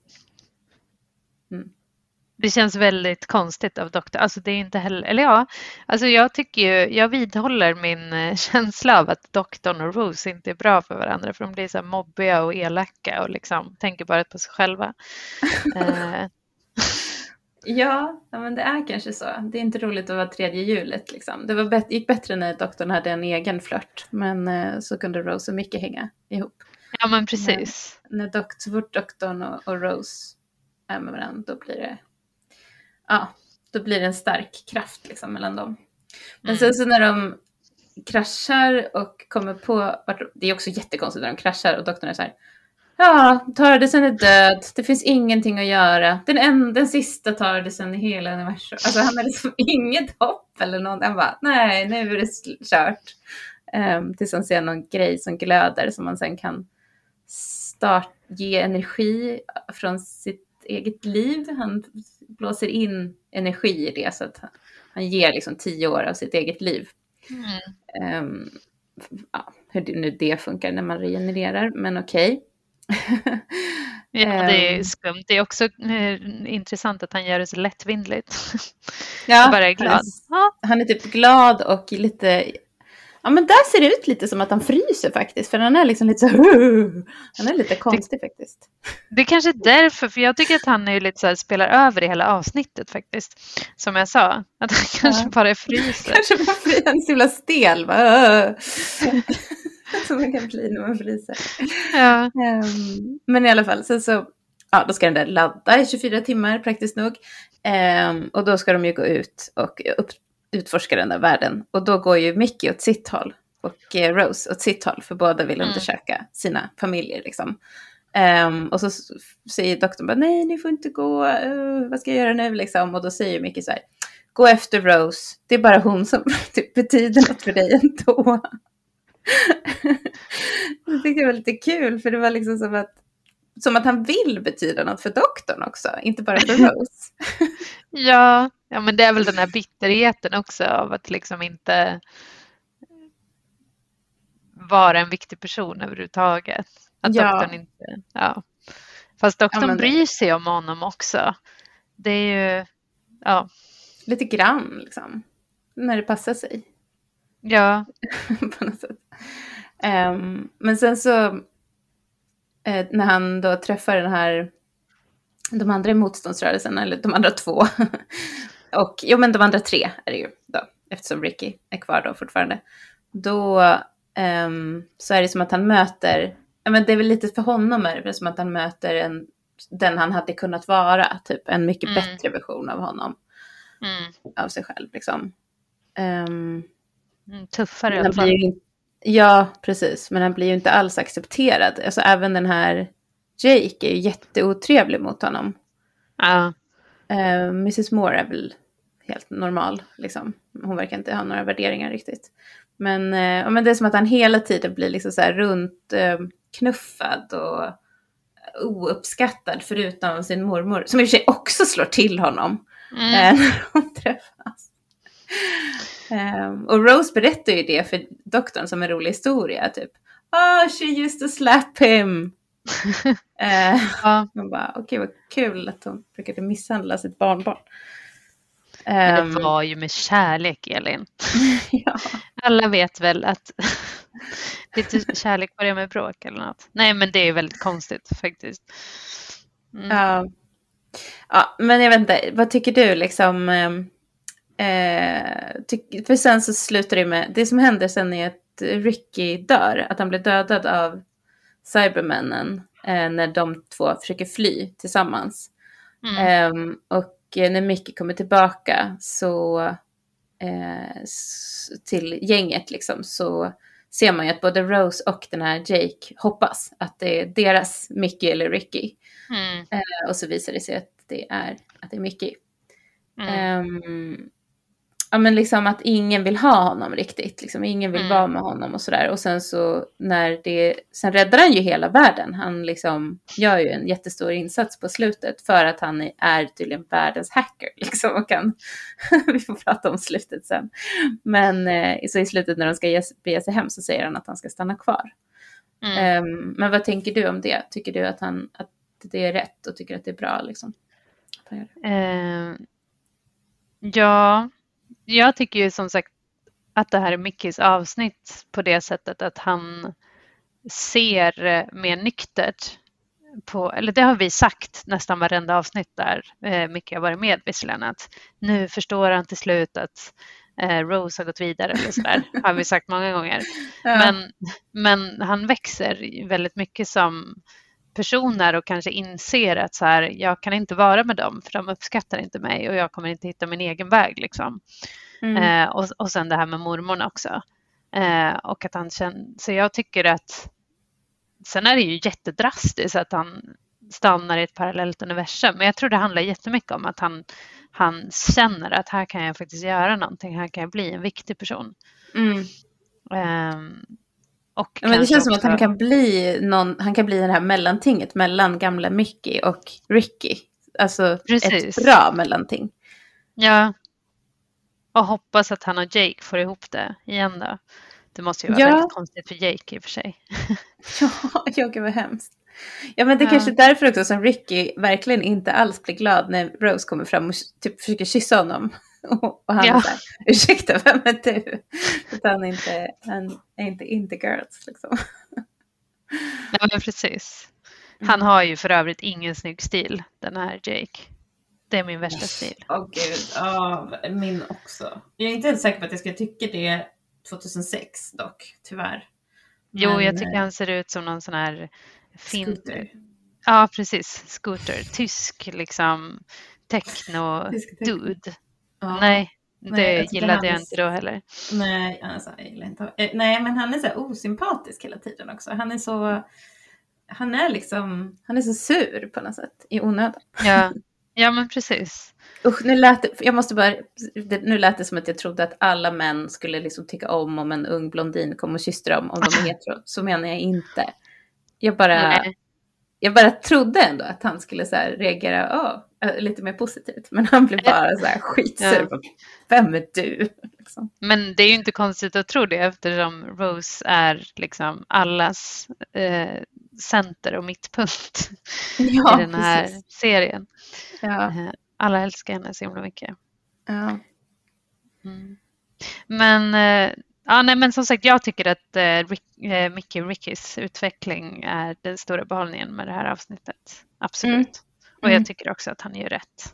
Det känns väldigt konstigt av doktorn. Alltså det är inte heller, eller ja, alltså jag tycker ju, jag vidhåller min eh, känsla av att doktorn och Rose inte är bra för varandra, för de blir så här mobbiga och elaka och liksom tänker bara på sig själva. eh, Ja, ja, men det är kanske så. Det är inte roligt att vara tredje hjulet liksom. Det var bet- gick bättre när doktorn hade en egen flört. Men eh, så kunde Rose och Mickey hänga ihop. ja men precis. När dok- så fort doktorn och, och Rose är med varandra, då blir det ja, då blir det en stark kraft liksom mellan dem. Men Mm. sen så när de kraschar och kommer på vart, det är också jättekonstigt när de kraschar och doktorn är så här, ja, Tardisen är död. Det finns ingenting att göra. Den, en, den sista Tardisen i hela universum. Alltså han har liksom inget hopp eller något. Han bara, nej, nu är det kört. Um, tills han ser någon grej som glöder som man sen kan start, ge energi från sitt eget liv. Han blåser in energi i det så att han, han ger liksom tio år av sitt eget liv. Mm. Um, ja, hur det, nu det funkar när man regenererar, men okej. Okay. Ja, det är skumt. Det är också eh, intressant att han gör det så lättvindligt. Ja, jag bara är glad. Han är, han är typ glad och lite... Ja, men där ser det ut lite som att han fryser faktiskt. För han är liksom lite så... Han är lite konstig det, faktiskt. Det är kanske därför, för jag tycker att han är lite så här, spelar över i hela avsnittet faktiskt. Som jag sa, att han kanske ja. bara fryser. Kanske bara fryser, han är så himla stel. Va? Som man kan bli när man fryser. Ja. Um, men i alla fall, så, så ja, då ska den där ladda i tjugofyra timmar praktiskt nog. Um, och då ska de ju gå ut och upp, utforska den där världen. Och då går ju Mickey åt sitt håll och eh, Rose åt sitt håll. För båda vill mm. undersöka sina familjer liksom. Um, och så säger doktorn bara, nej, ni får inte gå. Uh, vad ska jag göra nu liksom? Och då säger Mickey så här, gå efter Rose. Det är bara hon som typ betyder något för dig ändå. Jag tyckte det var lite kul, för det var liksom som att, som att han vill betyda något för doktorn också, inte bara för Rose. ja, ja, men det är väl den här bitterheten också av att liksom inte vara en viktig person överhuvudtaget. Att ja. doktorn inte, ja. Fast doktorn ja, men... bryr sig om honom också. Det är ju, ja. Lite grann liksom, när det passar sig. Ja. På något sätt. Um, men sen så eh, när han då träffar den här de andra i motståndsrörelsen, eller de andra två och jo men de andra tre är det ju då, eftersom Ricky är kvar då fortfarande, då um, så är det som att han möter, ja men det är väl lite för honom är det som att han möter en, den han hade kunnat vara, typ en mycket mm. bättre version av honom mm. av sig själv liksom. um, Mm, tuffare i alla fall. Ju, ja, precis. Men han blir ju inte alls accepterad. Alltså även den här Jake är ju jätteotrevlig mot honom. Ja. Uh, missus Moore är väl helt normal. Liksom. Hon verkar inte ha några värderingar riktigt. Men, uh, men det är som att han hela tiden blir liksom så här runt uh, knuffad och ouppskattad förutom sin mormor. Som i och för sig också slår till honom. Mm. Uh, när de träffas. Um, och Rose berättar ju det för doktorn som en rolig historia typ, oh she used to slap him. uh, ja. Man bara, okej okay, vad kul att hon brukade misshandla sitt barnbarn. Um, Men det var ju med kärlek, Elin. Ja. Alla vet väl att lite kärlek börjar med bråk eller något. Nej, men det är väldigt konstigt faktiskt. Mm. Ja. Ja, men jag vet inte, vad tycker du liksom? Um, Eh, ty- för sen så slutar det med, det som händer sen är att Ricky dör, att han blir dödad av Cybermännen eh, när de två försöker fly tillsammans. Mm. Eh, och när Mickey kommer tillbaka så eh, s- till gänget liksom, så ser man ju att både Rose och den här Jake hoppas att det är deras Mickey eller Ricky. Mm. Eh, och så visar det sig att det är, att det är Mickey. Mm. Um, ja men liksom att ingen vill ha honom riktigt, liksom ingen vill mm. vara med honom och sådär, och sen så när det, sen räddar han ju hela världen, han liksom gör ju en jättestor insats på slutet för att han är tydligen världens hacker liksom, och kan vi får prata om slutet sen, men eh, så i slutet när de ska ge, bege sig hem så säger han att han ska stanna kvar. Mm. um, men vad tänker du om det? Tycker du att han, att det är rätt och tycker att det är bra liksom? Uh, ja Jag tycker ju som sagt att det här är Mickeys avsnitt på det sättet att han ser mer nyktert på, eller det har vi sagt nästan varenda avsnitt där eh, Mickey har varit med visserligen, att nu förstår han till slut att eh, Rose har gått vidare eller sådär, har vi sagt många gånger. Ja. Men, men han växer väldigt mycket som personer och kanske inser att så här, jag kan inte vara med dem för de uppskattar inte mig och jag kommer inte hitta min egen väg liksom. Mm. Eh, och, och sen det här med mormorna också. Eh, och att han känner, så jag tycker att sen är det ju jättedrastiskt att han stannar i ett parallellt universum. Men jag tror det handlar jättemycket om att han, han känner att här kan jag faktiskt göra någonting. Här kan jag bli en viktig person. Mm. Um, och ja, men det känns också... som att han kan bli någon, han kan bli det här mellantinget mellan gamla Mickey och Ricky. Alltså Precis. Ett bra mellanting. Ja. Och hoppas att han och Jake får ihop det igen då. Det måste ju vara ja. väldigt konstigt för Jake i och för sig. ja, jag gud vad hemskt. Ja, men det är ja. kanske därför också som Ricky verkligen inte alls blir glad när Rose kommer fram och typ försöker kyssa honom. Och han ja. är så här, ursäkta, vem är du? För han är inte, han är inte inte girls liksom. Ja, men precis. Han har ju för övrigt ingen snygg stil, den här Jake. Det är min värsta stil. Åh oh, gud, ja, min också. Jag är inte helt säker på att jag ska tycka det tjugohundrasex dock, tyvärr. Men, jo, jag tycker han ser ut som någon sån här fin... Scooter. Ja, precis. Scooter. Tysk, liksom, techno-dude. Ja. Nej, det Nej, gillade jag är... inte då heller. Nej, alltså, jag gillar inte. Nej, men han är så här osympatisk hela tiden också. Han är så... Han är liksom... Han är så sur på något sätt i onödan. Ja, ja men precis. Usch, nu lät det, jag måste bara, nu lät det som att jag trodde att alla män skulle liksom tycka om om en ung blondin kom och kysste dem om de är hetero. Så menar jag inte. Jag bara, jag bara trodde ändå att han skulle så här reagera oh, lite mer positivt. Men han blev bara så här skitsur. Ja. Vem är du? Liksom. Men det är ju inte konstigt att tro det eftersom Rose är liksom allas eh, center och mittpunkt ja, i den här precis. serien. Ja. Alla älskar henne så himla mycket. Ja. Mm. Men, eh, ja, nej, men som sagt, jag tycker att eh, Rick, eh, Mickey och Rickys utveckling är den stora behållningen med det här avsnittet. Absolut. Mm. Och jag tycker också att han gör rätt.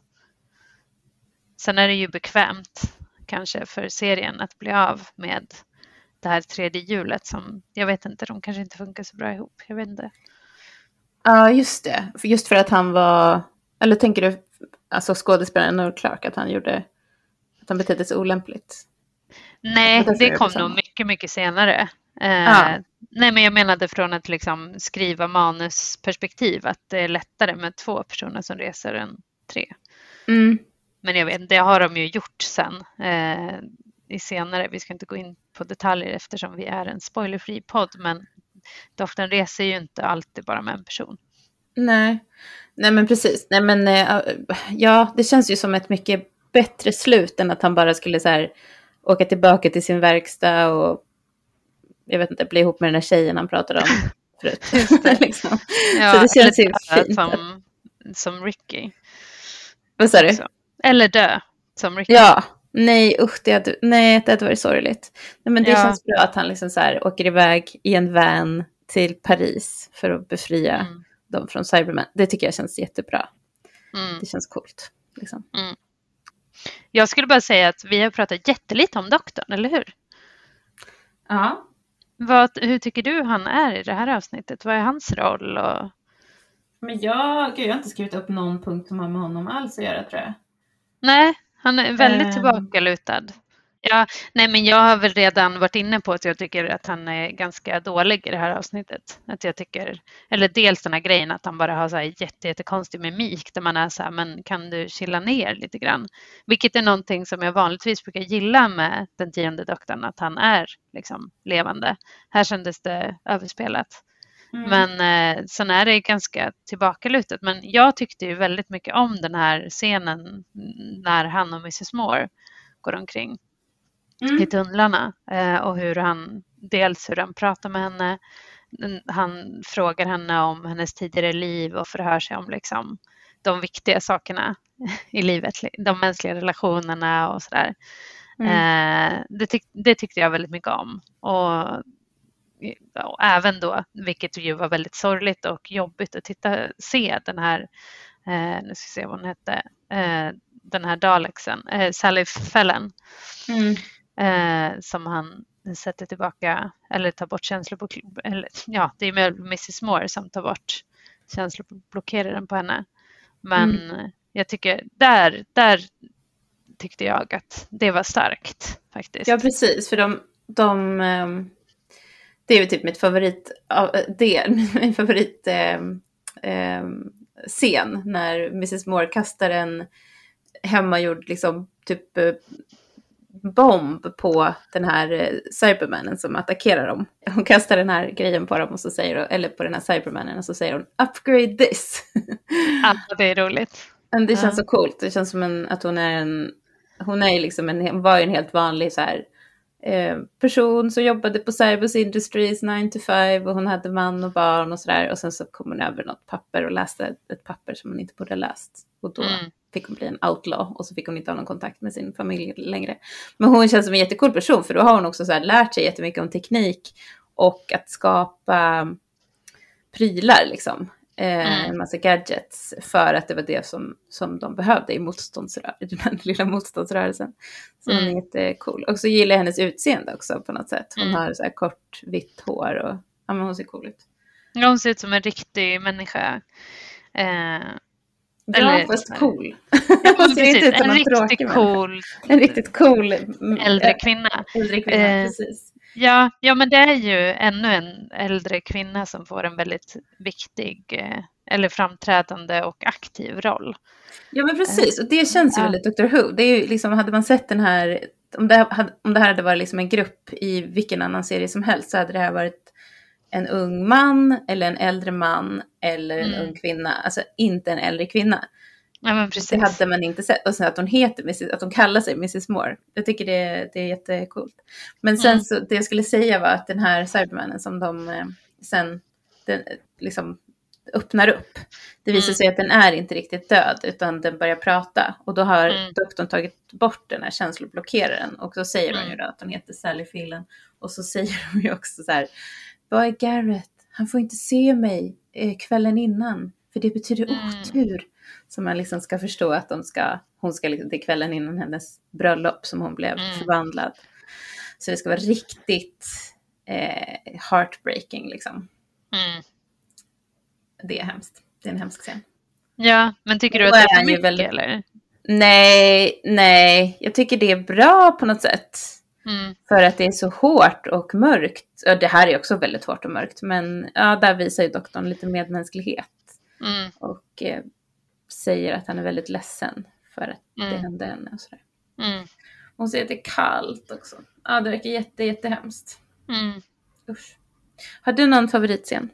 Sen är det ju bekvämt kanske för serien att bli av med det här tredje hjulet som, jag vet inte, de kanske inte funkar så bra ihop. Jag vet inte. Ja, just det. Just för att han var, eller tänker du alltså skådespelaren Noel Clarke att han gjorde, att han betedde sig olämpligt? Nej, det kom nog mycket, mycket senare. Eh, ah. Nej, men jag menade från att liksom skriva manusperspektiv att det är lättare med två personer som reser än tre. Mm. Men jag vet, det har de ju gjort sen eh, i senare. Vi ska inte gå in på detaljer eftersom vi är en spoilerfri podd, men doktorn reser ju inte alltid bara med en person. Nej, nej men precis. Nej, men, ja, det känns ju som ett mycket bättre slut än att han bara skulle så här, åka tillbaka till sin verkstad och jag vet inte, bli ihop med den här tjejen han pratade om förut. liksom. Ja, så det känns ju fint. Som, som Ricky. Vad sa du? Eller dö, som Ricky. Ja, nej usch, det hade, nej, det hade varit sorgligt. Nej, men det ja. känns bra att han liksom så här åker iväg i en van till Paris för att befria mm. dem från Cybermen. Det tycker jag känns jättebra. Mm. Det känns coolt. Liksom. Mm. Jag skulle bara säga att vi har pratat jättelite om doktorn, eller hur? Ja. Vad, hur tycker du han är i det här avsnittet? Vad är hans roll? Och... Men jag, gud, jag har inte skrivit upp någon punkt som har med honom alls att göra, tror jag. Nej, han är väldigt um... tillbakalutad. Ja, nej, men jag har väl redan varit inne på att jag tycker att han är ganska dålig i det här avsnittet. Att jag tycker, eller dels den här grejen att han bara har så här jätte, jättekonstig mimik där man är så här, men kan du chilla ner lite grann? Vilket är någonting som jag vanligtvis brukar gilla med den tionde doktorn, att han är liksom levande. Här kändes det överspelat. Mm. Men eh, sen är det ganska tillbakalutat. Men jag tyckte ju väldigt mycket om den här scenen när han och missus Moore går omkring. Mm. i tunnlarna eh, och hur han dels hur han pratar med henne, han frågar henne om hennes tidigare liv och förhör sig om liksom de viktiga sakerna i livet, de mänskliga relationerna och sådär. Mm. Eh, det, tyck, det tyckte jag väldigt mycket om och, och även då, vilket ju var väldigt sorgligt och jobbigt att titta, se den här eh, nu ska vi se vad hon hette eh, den här Daleksen, eh, Sally Fallon. Mm. Eh, som han sätter tillbaka eller tar bort känslor eller, ja, det är med missus Moore som tar bort känsloblockeraren på henne. Men mm. jag tycker där, där tyckte jag att det var starkt faktiskt. Ja, precis, för de, de um, det är ju typ mitt favorit det, min favorit eh, eh, scen när missus Moore kastar en hemmagjord liksom typ eh, bomb på den här eh, Cybermanen som attackerar dem. Hon kastar den här grejen på dem och så säger hon, eller på den här Cybermanen och så säger hon upgrade this. Ja, det är roligt. Men det känns Ja. så coolt. Det känns som en, att hon är en hon är liksom en, var ju en helt vanlig så här eh, person som jobbade på Cybers Industries nine to five och hon hade man och barn och sådär. Och sen så kom hon över något papper och läste ett, ett papper som hon inte borde ha läst. Och då mm. fick hon bli en outlaw och så fick hon inte ha någon kontakt med sin familj längre. Men hon känns som en jättecool person för då har hon också så här lärt sig jättemycket om teknik och att skapa prylar liksom. Mm. En massa gadgets för att det var det som, som de behövde i motståndsrörelsen, i den lilla motståndsrörelsen. Så mm. hon är jättecool. Och så gillar jag hennes utseende också på något sätt. Hon mm. har så här kort vitt hår och ja, men hon ser cool ut. Ja, hon ser ut som en riktig människa. Eh, ja, eller, fast cool. Ja, hon ser inte ut som en riktigt cool. En riktigt cool äldre kvinna. Äldre kvinna, eh, precis. Ja, ja, men det är ju ännu en äldre kvinna som får en väldigt viktig eh, eller framträdande och aktiv roll. Ja, men precis. Och det känns ju ja. väldigt Doctor Who. Det är ju liksom, hade man sett den här, om det, hade, om det här hade varit liksom en grupp i vilken annan serie som helst så hade det här varit en ung man eller en äldre man eller en mm. ung kvinna. Alltså inte en äldre kvinna. Ja, men precis. Det hade man inte sett. Och sen att hon heter missus att hon kallar sig missus Moore. Jag tycker det, det är jättecoolt. Men sen mm. så, det jag skulle säga var att den här Cybermanen som de eh, sen den, liksom öppnar upp. Det visar mm. sig att den är inte riktigt död utan den börjar prata. Och då har mm. doktorn tagit bort den här känsloblockeraren. Och så säger mm. de ju då att hon heter Sally Phelan. Och så säger de ju också så här: vad är Garrett? Han får inte se mig eh, kvällen innan. För det betyder mm. otur. Så man liksom ska förstå att de ska, hon ska liksom till kvällen innan hennes bröllop som hon blev mm. förvandlad. Så det ska vara riktigt eh, heartbreaking liksom. Mm. Det är hemskt. Det är en hemsk scen. Ja, men tycker du att det är för mycket väldigt... eller? Nej, nej. Jag tycker det är bra på något sätt. Mm. För att det är så hårt och mörkt. Ja, det här är också väldigt hårt och mörkt. Men ja, där visar ju doktorn lite medmänsklighet. Mm. Och eh, säger att han är väldigt ledsen för att mm. det hände henne och sådär. Mm. Hon säger att det är kallt också. Ja, det verkar jätte, jättehemskt. Mm. Usch. Har du någon favoritscen?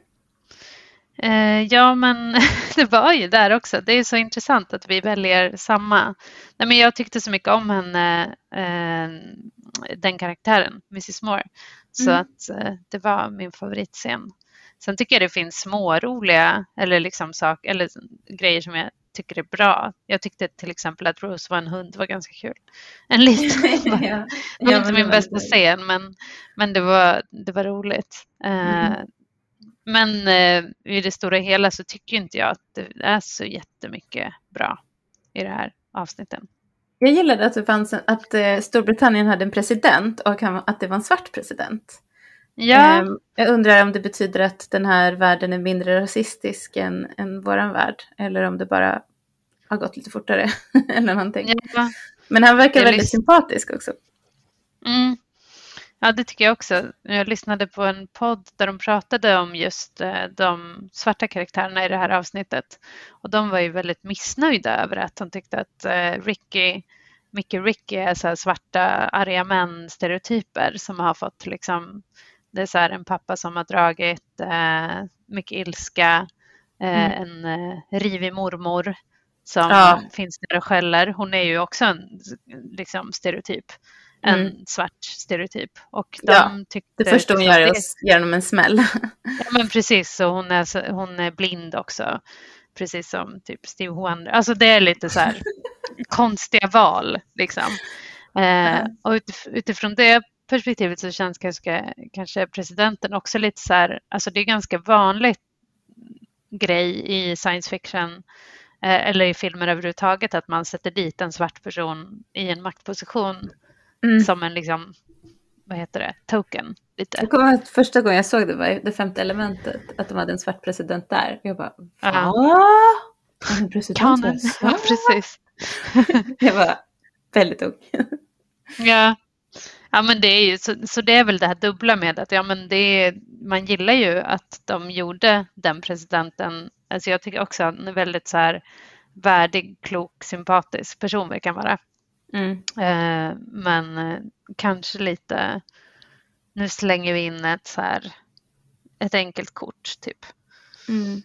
Eh, ja, men det var ju där också. Det är så intressant att vi väljer samma. Nej, men jag tyckte så mycket om henne, eh, den karaktären, missus Moore. Så mm. att eh, det var min favoritscen. Sen tycker jag det finns små roliga eller liksom sak, eller grejer som jag tycker är bra. Jag tyckte till exempel att Rose var en hund var ganska kul. En liten. ja. Det var ja, inte min bästa roligt. scen, men, men det, var, det var roligt. Mm. Uh, men uh, i det stora hela så tycker inte jag att det är så jättemycket bra i det här avsnitten. Jag gillade att det fanns en, att uh, Storbritannien hade en president och att det var en svart president. Ja. Um, jag undrar om det betyder att den här världen är mindre rasistisk än, än våran värld. Eller om det bara har gått lite fortare. eller någonting. Ja. Men han verkar väldigt lys- sympatisk också. Mm. Ja, det tycker jag också. Jag lyssnade på en podd där de pratade om just eh, de svarta karaktärerna i det här avsnittet. Och de var ju väldigt missnöjda över att de tyckte att eh, Ricky, Mickey Ricky är så här svarta arga män stereotyper som har fått liksom... Det är så här en pappa som har dragit eh, mycket ilska, eh, mm. en eh, rivig mormor som ja. finns där och skäller. Hon är ju också en liksom, stereotyp, en mm. svart stereotyp. Och de ja, tyckte, det första hon gör är att ge dem en smäll. Ja, men precis, så hon är, hon är blind också, precis som typ Steve Wonder. Alltså det är lite så här konstiga val liksom. Eh, mm. Och utif- utifrån det perspektivet så känns kanske, kanske presidenten också lite så här, alltså det är ganska vanligt grej i science fiction eh, eller i filmer överhuvudtaget att man sätter dit en svart person i en maktposition mm. som en liksom, vad heter det, token lite. Jag kommer ihåg att första gången jag såg det var det femte elementet, att de hade en svart president där. Jag bara, va? Uh-huh. En president var svart? Ja, precis. Jag var väldigt ung. Ja. Ja, men det är ju så, så det är väl det här dubbla med att ja, men det är, man gillar ju att de gjorde den presidenten. Alltså jag tycker också att han är väldigt så här värdig, klok, sympatisk person verkar vara. Mm. Eh, men eh, kanske lite, nu slänger vi in ett så här ett enkelt kort typ. Mm.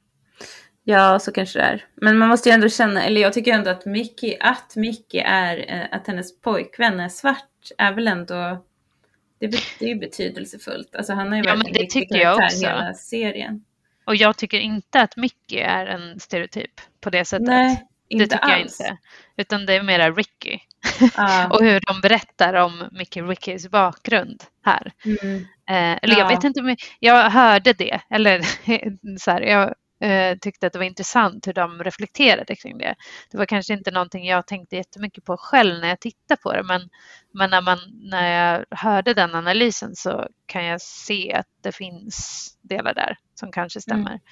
Ja, så kanske det är. Men man måste ju ändå känna, eller jag tycker ändå att Mickey, att Mickey är, att hennes pojkvän är svart är väl ändå, det, det är ju betydelsefullt. Alltså han har ju Ja, varit men en det viktig tycker jag karaktär också. hela serien. Och jag tycker inte att Mickey är en stereotyp på det sättet. Nej, inte det tycker alls. jag inte. Utan det är mera Ricky. Ah. Och hur de berättar om Mickey Rickys bakgrund här. Mm. Eh, eller jag Ja. vet inte om jag, jag hörde det. Eller så här, jag eh, tyckte att det var intressant hur de reflekterade kring det. Det var kanske inte någonting jag tänkte jättemycket på själv när jag tittade på det. Men, men när, man, när jag hörde den analysen så kan jag se att det finns delar där som kanske stämmer. Mm.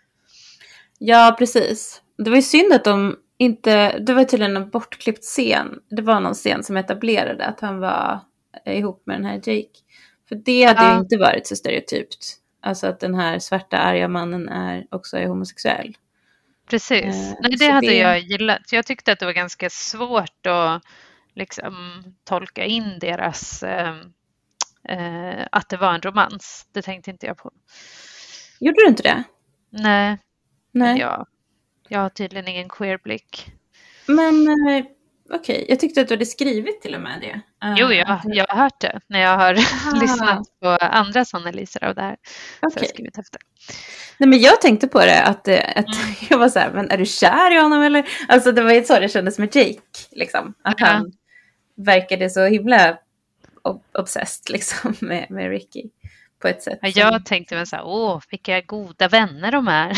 Ja, precis. Det var ju synd att de inte, det var tydligen en bortklippt scen. Det var någon scen som etablerade att han var ihop med den här Jake. För det hade Ja. ju inte varit så stereotypt. Alltså att den här svarta arga mannen är också är homosexuell. Precis. Eh, Nej, så det hade det- jag gillat. Jag tyckte att det var ganska svårt att liksom tolka in deras eh, eh, att det var en romans. Det tänkte inte jag på. Gjorde du inte det? Nej, men Nej. jag, jag har tydligen ingen queerblick. Men eh, okej, jag tyckte att du hade skrivit till och med det. Eh, Jo, jag, att- jag har hört det när jag har Aha. lyssnat på andras analyser av det här. Så jag Okej. har skrivit efter. Nej, men jag tänkte på det att, eh, att Mm. jag var så här, men är du kär i honom eller? Alltså det var ju så det kändes med Jake, liksom. Att Ja. han verkade så himla ob- obsessed liksom med, med Ricky på ett sätt. Ja, som- jag tänkte väl så här, åh, vilka goda vänner de är.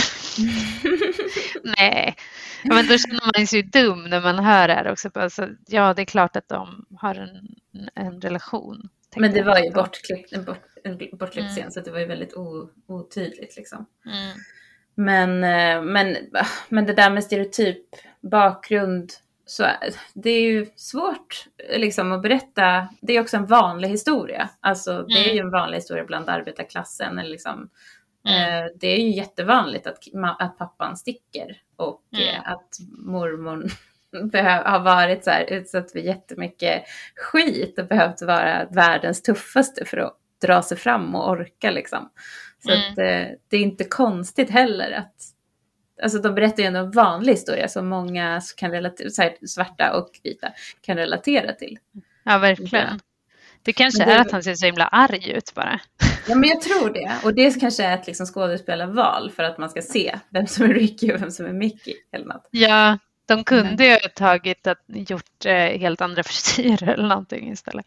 Nej, ja, men då känner man sig ju dum när man hör det här också. Alltså, ja, det är klart att de har en, en relation. tänkte Men det jag. var ju bortklippt, en, bort, en bortklippt Mm. scen så det var ju väldigt o, otydligt liksom. Mm. Men, eh, men, men det där med stereotyp bakgrund, så är- det är ju svårt liksom, att berätta. Det är också en vanlig historia. Alltså det är Mm. ju en vanlig historia bland arbetarklassen. Eller liksom, Mm. eh, det är ju jättevanligt att, ma- att pappan sticker och Mm. eh, att mormor behö- har varit så här, utsatt för jättemycket skit och behövt vara världens tuffaste för att dra sig fram och orka liksom. Så Mm. att, eh, det är inte konstigt heller att, alltså de berättar ju ändå en vanlig historia som många kan relatera, så här, svarta och vita kan relatera till. Ja, verkligen. Det kanske Men det- är att han ser så himla arg ut bara. Ja, men jag tror det. Och det kanske är ett liksom skådespelarval för att man ska se vem som är Ricky och vem som är Mickey eller något. Ja, de kunde Mm. ju ha tagit att gjort eh, helt andra frisyrer eller någonting istället.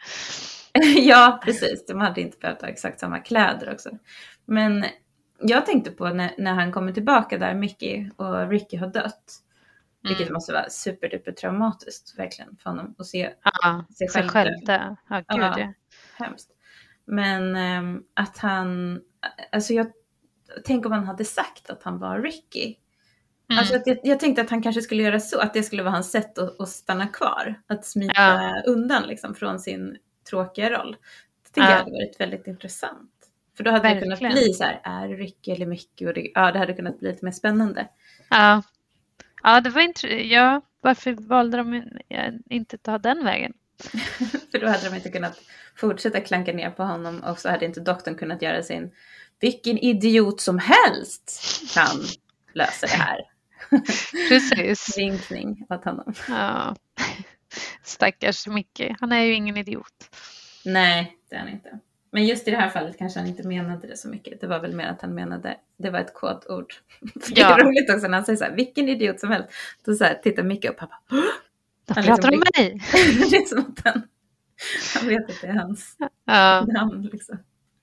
Ja, precis. De hade inte behövt ha exakt samma kläder också. Men jag tänkte på när, när han kommer tillbaka där Mickey och Ricky har dött. Vilket Mm. måste vara superduper traumatiskt verkligen för honom att se. Ja, Sig sig själv själv dö. där. Ja, gud Ja. ja. Hemskt. Men ehm, att han, alltså jag, tänk om han hade sagt att han var Ricky. Mm. Alltså att jag, jag tänkte att han kanske skulle göra så, att det skulle vara hans sätt att, att stanna kvar. Att smita Ja. undan liksom från sin tråkiga roll. Det tycker Ja. jag hade varit väldigt intressant. För då hade det kunnat Verkligen. bli så här, är det Ricky eller Mickey? Och det, ja, det hade kunnat bli lite mer spännande. Ja. Ja, det var inte... Ja, varför valde de inte att ta den vägen? För då hade de inte kunnat fortsätta klanka ner på honom. Och så hade inte doktorn kunnat göra sin, vilken idiot som helst kan lösa det här. Precis. Vinkning åt honom. Ja. Stackars Mickey. Han är ju ingen idiot. Nej, det är han inte. Men just i det här fallet kanske han inte menade det så mycket. Det var väl mer att han menade, det var ett kodord. För det är Ja. roligt också när han säger så här, vilken idiot som helst. Då så här, tittar Micke och pappa. De Han pratar liksom om mig. Det är som att han, han vet att det är hans Ja. namn liksom.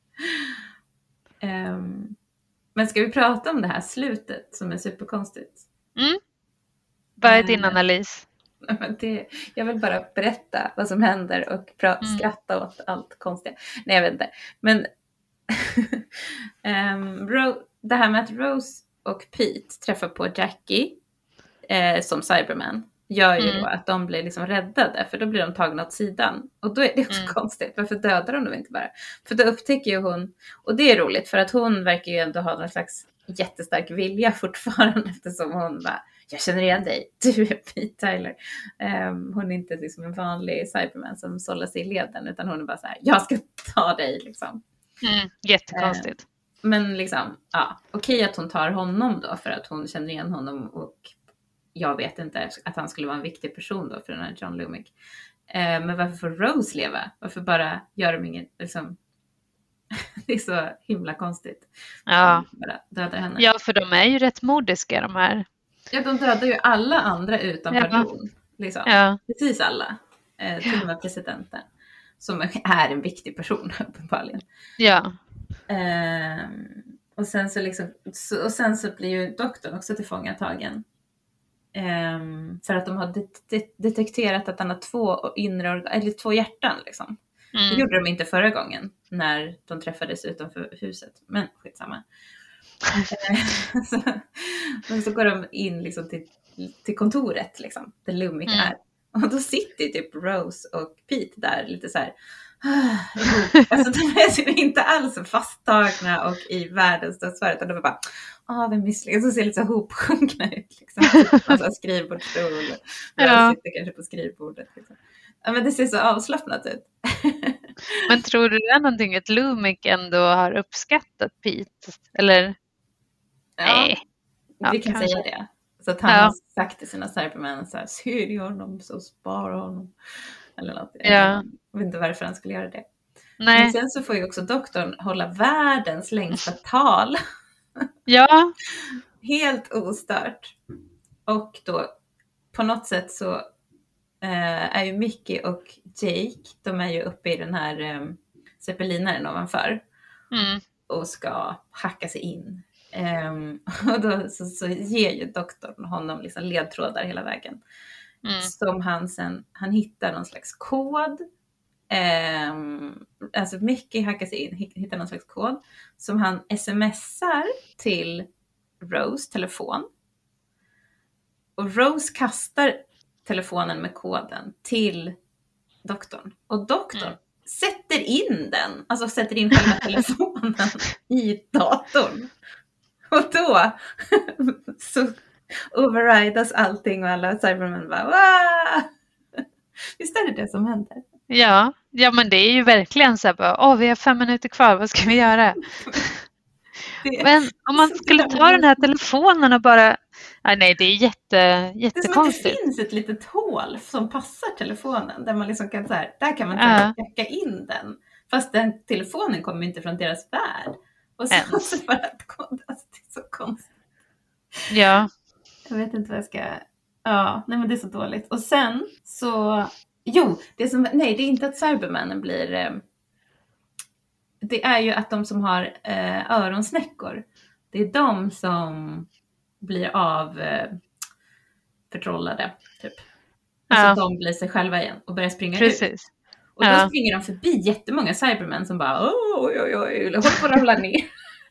Um, men ska vi prata om det här slutet som är superkonstigt? Mm. Vad är din Eh, analys? Men det, jag vill bara berätta vad som händer och pra- Mm. skratta åt allt konstiga. Nej, jag vet inte. Men um, Ro- det här med att Rose och Pete träffar på Jackie eh, som Cyberman. gör ju Mm. då att de blir liksom räddade, för då blir de tagna åt sidan. Och då är det också Mm. konstigt, varför dödar de dem inte bara? För då upptäcker ju hon, och det är roligt för att hon verkar ju ändå ha någon slags jättestark vilja fortfarande, eftersom hon bara, jag känner igen dig, du är Pete Tyler. Um, hon är inte liksom en vanlig Cyberman som sållar sig i leden, utan hon är bara så här, jag ska ta dig liksom. Mm. Jättekonstigt. Um, men liksom, ja, okej att hon tar honom då för att hon känner igen honom, och jag vet inte att han skulle vara en viktig person då för den här John Lumick. Eh, men varför får Rose leva? Varför bara gör de inget, liksom, det är så himla konstigt. Ja. Bara dödar henne. Ja, för de är ju rätt modiska de här. Ja, de dödar ju alla andra utan Ja. pardon. Liksom. Ja. Precis alla. Eh, till och med presidenten. Som är en viktig person uppenbarligen. Ja. Eh, och, sen så liksom, så, och sen så blir ju doktorn också tillfångatagen. Um, för att de har det- det- detekterat att han har två inre organ, eller två hjärtan liksom. Mm. Det gjorde de inte förra gången när de träffades utanför huset, men skitsamma. Eh, så, men så går de in liksom till, till kontoret liksom, där Lumick Mm. är, och då sitter typ Rose och Pete där lite så här. Alltså de är inte alls fasttagna och i världens dödsfärd, utan de är bara, ah, vem misslyckades, så ser lite så hopsjunkna ut liksom. Alltså skrivbordsstol, Ja. sitter kanske på skrivbordet liksom. Ja, men det ser så avslappnat ut. Men tror du det är någonting att Lumick ändå har uppskattat Pete? Eller? Ja, Nej. Ja, vi kan kanske. säga det. Så att han Ja. har sagt till sina Cybermen så här, stödj honom, så spara honom. Eller något. Ja. Jag vet inte varför han skulle göra det. Men Nej. sen så får ju också doktorn hålla världens längsta tal. Ja. Helt ostört. Och då på något sätt så eh, är ju Mickey och Jake, de är ju uppe i den här eh, zeppelinaren ovanför. Mm. Och ska hacka sig in. Um, och då så, så ger ju doktorn honom liksom ledtrådar hela vägen. Mm. Som han sen, han hittar någon slags kod. Um, alltså Mickey hackar sig in, hittar någon slags kod. Som han smsar till Rose telefon. Och Rose kastar telefonen med koden till doktorn. Och doktorn Mm. sätter in den, alltså sätter in själva telefonen i datorn. Och då så overridas allting och alla Cybermen bara, Wah! Visst är det det som händer? Ja. Ja, men det är ju verkligen så här bara, åh, vi har fem minuter kvar, vad ska vi göra? Det, Men om man skulle ta den här telefonen och bara, ah, nej, det är jätte, det är som att det jättekonstigt. finns ett litet hål som passar telefonen, där man liksom kan så här, där kan man Ja. jacka in den. Fast den telefonen kommer inte från deras värld. Och så, Ens. så bara att kodas, alltså, det är så konstigt. Ja. Jag vet inte vad jag ska... Ja, nej men det är så dåligt. Och sen så... Jo, det som... Nej, det är inte att Cybermännen blir... Eh, det är ju att de som har eh, öronsnäckor, det är de som blir av eh, förtrollade, typ. Alltså Ja. de blir sig själva igen och börjar springa ut. Precis. Och då Ja. springer de förbi jättemånga Cybermän som bara oj, oj, oj, håller på att ramla ner.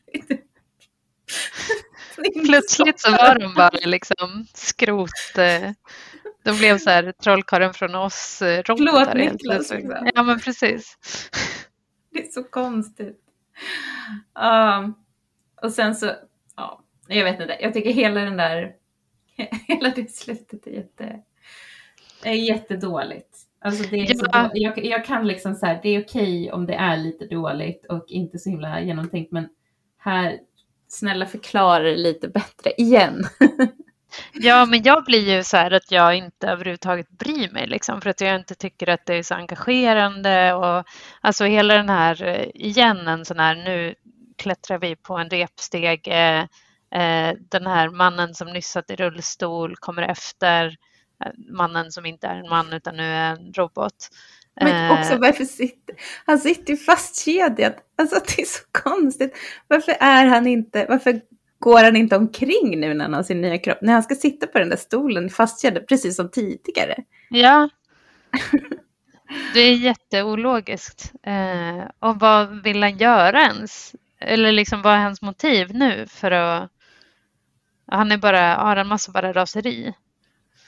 Plötsligt så var de bara liksom skrot. eh, De blev så här trollkarlen från oss eh, Förlåt, robotar. helt Niklas, plötsligt. liksom. Ja, men precis. Det är så konstigt. Um, och sen så, ja, jag vet inte. Jag tycker hela den där, hela det slutet är jätte, är jättedåligt. Alltså det är Ja. så då, jag, jag kan liksom så här, det är okej om det är lite dåligt och inte så himla genomtänkt, men här, snälla förklara det lite bättre igen. Ja, men jag blir ju så här att jag inte överhuvudtaget bryr mig liksom, för att jag inte tycker att det är så engagerande och alltså hela den här, eh, igen en sån här, nu klättrar vi på en repsteg, eh, eh, den här mannen som nyss satt i rullstol kommer efter, eh, mannen som inte är en man utan nu är en robot. Men också varför sitter han sitter ju fastkedjad. Alltså det är så konstigt. Varför är han inte, varför går han inte omkring nu när han har sin nya kropp? När han ska sitta på den där stolen fastkedjad precis som tidigare. Ja, det är jätteologiskt. Eh, och vad vill han göra ens? Eller liksom vad är hans motiv nu för att... Han är bara, har en massa bara raseri.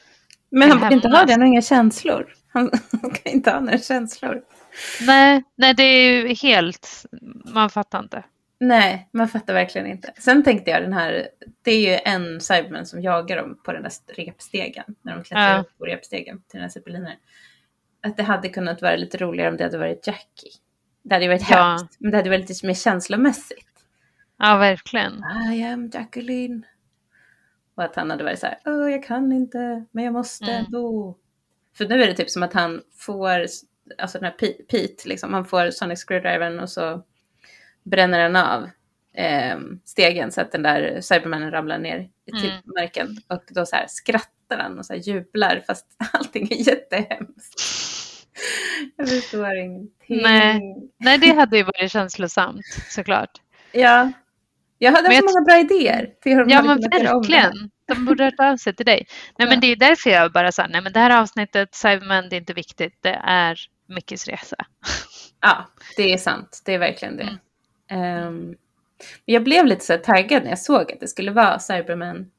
Men han borde inte ha det, han har inga känslor. Han kan inte ha några känslor. Nej, nej, det är ju helt, man fattar inte. Nej, man fattar verkligen inte. Sen tänkte jag den här, det är ju en Cyberman som jagar dem på den där repstegen. När de klättrar Ja. upp på repstegen till den här zeppelinaren. Att det hade kunnat vara lite roligare om det hade varit Jackie. Det hade ju varit Ja. hemskt, men det hade varit lite mer känslomässigt. Ja, verkligen. I am Jacqueline. Och att han hade varit så här, åh jag kan inte, men jag måste Mm. ändå. För nu är det typ som att han får, alltså den här Pete, Pete liksom, han får Sonic Screwdrivern och så bränner han av eh, stegen så att den där Cybermanen ramlar ner till Mm. marken. Och då så här skrattar han och så här jublar fast allting är jättehemskt. Jag förstår ingenting. Nej. Nej, det hade ju varit känslosamt, såklart. Ja, jag hade Men så jag- många bra idéer till hur de Ja, hade men kunnat göra om det här. verkligen. De borde ha hört av sig till dig. Nej, Ja. men det är därför jag bara sa, nej men det här avsnittet, Cyberman, det är inte viktigt. Det är Mickys resa. Ja, det är sant. Det är verkligen det. Ehm, jag blev lite så här taggad när jag såg att det skulle vara Cyberman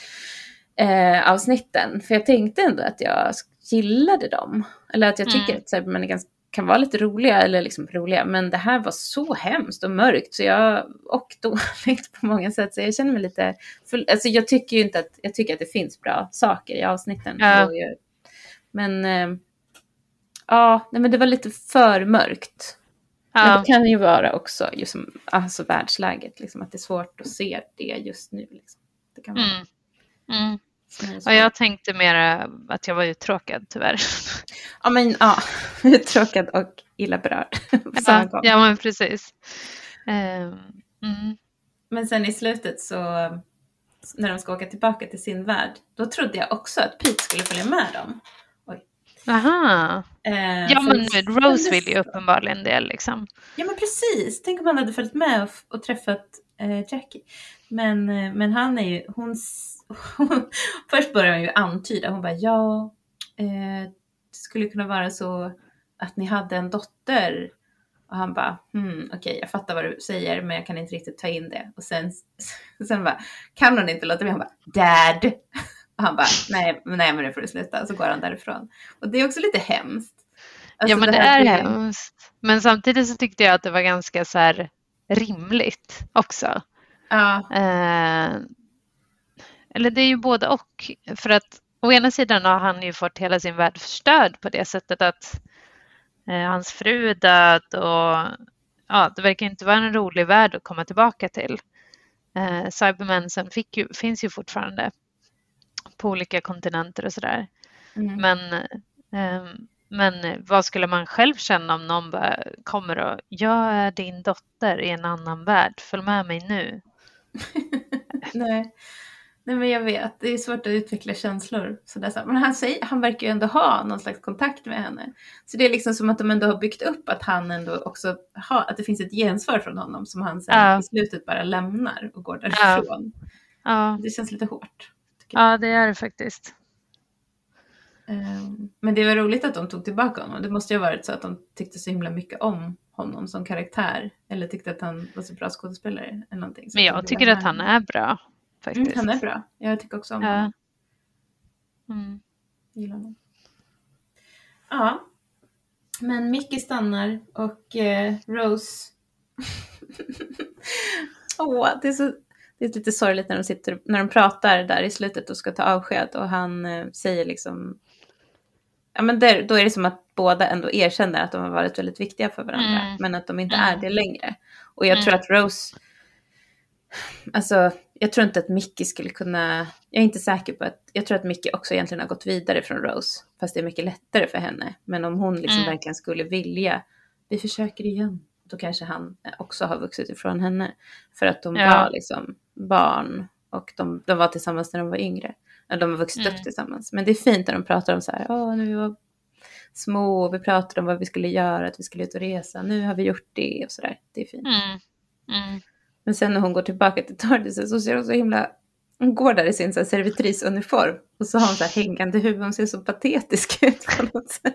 eh, avsnitten. För jag tänkte ändå att jag gillade dem. Eller att jag tycker Mm. att Cyberman är ganska, kan vara lite roliga. Eller liksom roliga. Men det här var så hemskt och mörkt. Så jag, och dåligt på många sätt. Så jag känner mig lite... För, alltså jag tycker ju inte att... Jag tycker att det finns bra saker i avsnitten. Ja. Och jag- Men... Eh, ja, nej, men det var lite för mörkt. Men Ja. det kan ju vara också just som, alltså världsläget, liksom, att det är svårt att se det just nu. Liksom. Det kan vara Mm. Mm. svårt. Och jag tänkte mer att jag var uttråkad, tyvärr. Ja, men ja, uttråkad och illa berörd på samma Ja, gång. ja, men precis. Ehm, mm. Men sen i slutet så, när de ska åka tillbaka till sin värld, då trodde jag också att Pete skulle följa med dem. Aha. Eh, Ja, för men det Rose kändes vill ju så. uppenbarligen det, liksom. Ja, men precis. Tänk om han hade följt med och, och träffat eh, Jackie. Men, eh, men han är ju... Hon, s- först börjar hon ju antyda. Hon bara, ja, eh, det skulle kunna vara så att ni hade en dotter. Och han bara, hmm, okej, jag fattar vad du säger, men jag kan inte riktigt ta in det. Och sen, sen bara, kan hon inte låta mig? Han bara, dad. Och han bara, nej, nej men nu får du sluta. Och så går han därifrån. Och det är också lite hemskt. Alltså, Ja, men det, här är blir- hemskt. Men samtidigt så tyckte jag att det var ganska så här rimligt också. Ja, Eh, eller det är ju både och. För att å ena sidan har han ju fått hela sin värld förstörd på det sättet att eh, hans fru är död och ja, det verkar inte vara en rolig värld att komma tillbaka till. Eh, Cybermensen fick ju, finns ju fortfarande på olika kontinenter och sådär. mm. Men, eh, men vad skulle man själv känna om någon bara kommer och jag är din dotter i en annan värld, följ med mig nu. Nej. Nej, men jag vet. Det är svårt att utveckla känslor. Så där, så. Men han, säger, han verkar ju ändå ha någon slags kontakt med henne. Så det är liksom som att de ändå har byggt upp att han ändå också har, att det finns ett gensvar från honom som han sen Ja. i slutet bara lämnar och går därifrån. Ja, Det känns lite hårt. ja det är det faktiskt. Um, men det var roligt att de tog tillbaka honom. Det måste ju ha varit så att de tyckte så himla mycket om honom som karaktär. Eller tyckte att han var så bra skådespelare. Eller någonting. Så Men de jag ville tycker ha att han honom. är bra faktiskt. Mm, han är bra. Jag tycker också om honom. Ja. Mm. Gillar honom. Ja. Men Mickey stannar och eh, Rose... Åh, det är så... Det är lite sorgligt när de sitter, när de pratar där i slutet och ska ta avsked och han eh, säger liksom... Ja, men där, då är det som att båda ändå erkänner att de har varit väldigt viktiga för varandra. Mm. Men att de inte Mm. är det längre. Och jag Mm. tror att Rose... Alltså, jag tror inte att Mickey skulle kunna... Jag är inte säker på att... Jag tror att Mickey också egentligen har gått vidare från Rose. Fast det är mycket lättare för henne. Men om hon liksom Mm. verkligen skulle vilja... Vi försöker igen. Då kanske han också har vuxit ifrån henne. För att de Ja. var liksom barn. Och de, de var tillsammans när de var yngre. Eller de har vuxit Mm. upp tillsammans. Men det är fint när de pratar om så här... Åh, när vi var små och vi pratade om vad vi skulle göra. Att vi skulle ut och resa. Nu har vi gjort det och sådär. Det är fint. Mm. Mm. Men sen när hon går tillbaka till Tardisen så ser hon så himla... Hon går där i sin så här servitrisuniform. Och så har hon så här hängande huvud. Hon ser så patetisk ut på något sätt.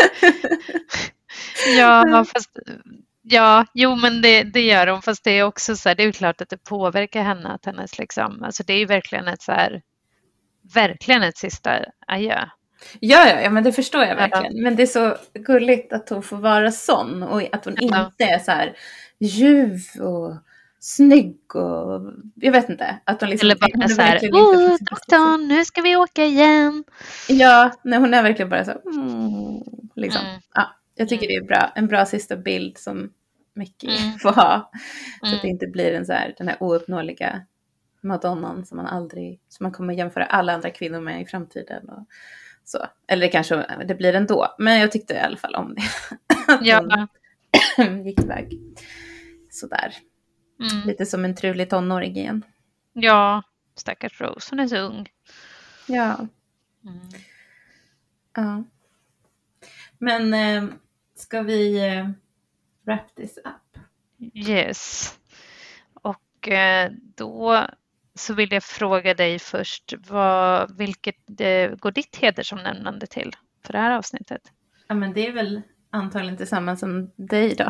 Ja, fast ja, jo men det, det gör hon, fast det är också så här, det är ju klart att det påverkar henne att hennes liksom, alltså det är ju verkligen ett så här verkligen ett sista adjö. Ja, ja, ja, men det förstår jag verkligen. Ja. Men det är så gulligt att hon får vara sån och att hon ja. inte är så här ljuv och snygg och jag vet inte. Att hon liksom, eller bara hon så här, åh doktorn, nu ska vi åka igen. Ja, nej, hon är verkligen bara så mm, liksom. Mm. Ja, jag tycker mm. det är bra. En bra sista bild som Mickey mm. får ha. Så mm. att det inte blir en så här, den här ouppnåeliga Madonnan som man aldrig, som man kommer jämföra alla andra kvinnor med i framtiden och så. Eller det kanske det blir ändå. Men jag tyckte i alla fall om det. Ja. Hon gick iväg. Sådär. Mm. Lite som en trulig tonåring igen. Ja, stackars Rose. Hon är så ung. Ja. Mm. Ja. Men eh, ska vi eh, wrap this up? Yes. Och eh, då så vill jag fråga dig först, vad, vilket eh, går ditt hedersomnämnande till för det här avsnittet? Ja, men det är väl antagligen tillsammans som dig då.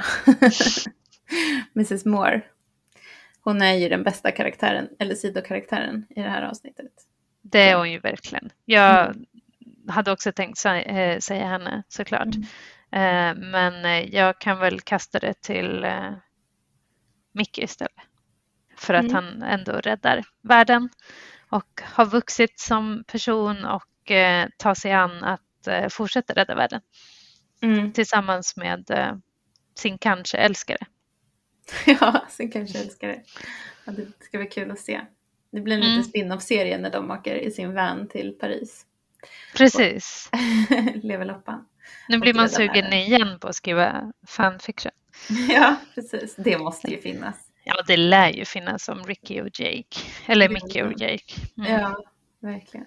missus Moore. Hon är ju den bästa karaktären, eller sidokaraktären i det här avsnittet. Det är hon ju verkligen. Jag mm. hade också tänkt säga, säga henne såklart. Mm. Eh, men jag kan väl kasta det till eh, Mickey istället. För att mm. han ändå räddar världen och har vuxit som person och eh, tar sig an att eh, fortsätta rädda världen. Mm. Tillsammans med eh, sin kanske älskare. Ja, sin kanske älskare. Ja, det ska bli kul att se. Det blir en mm. liten spin-off-serie när de åker i sin van till Paris. Precis. Lever loppan. Nu blir man sugen igen på att skriva fanfiction. Ja, precis. Det måste ju finnas. Ja, det lär ju finnas om Ricky och Jake. Eller Mickey och Jake. Mm. Ja, verkligen.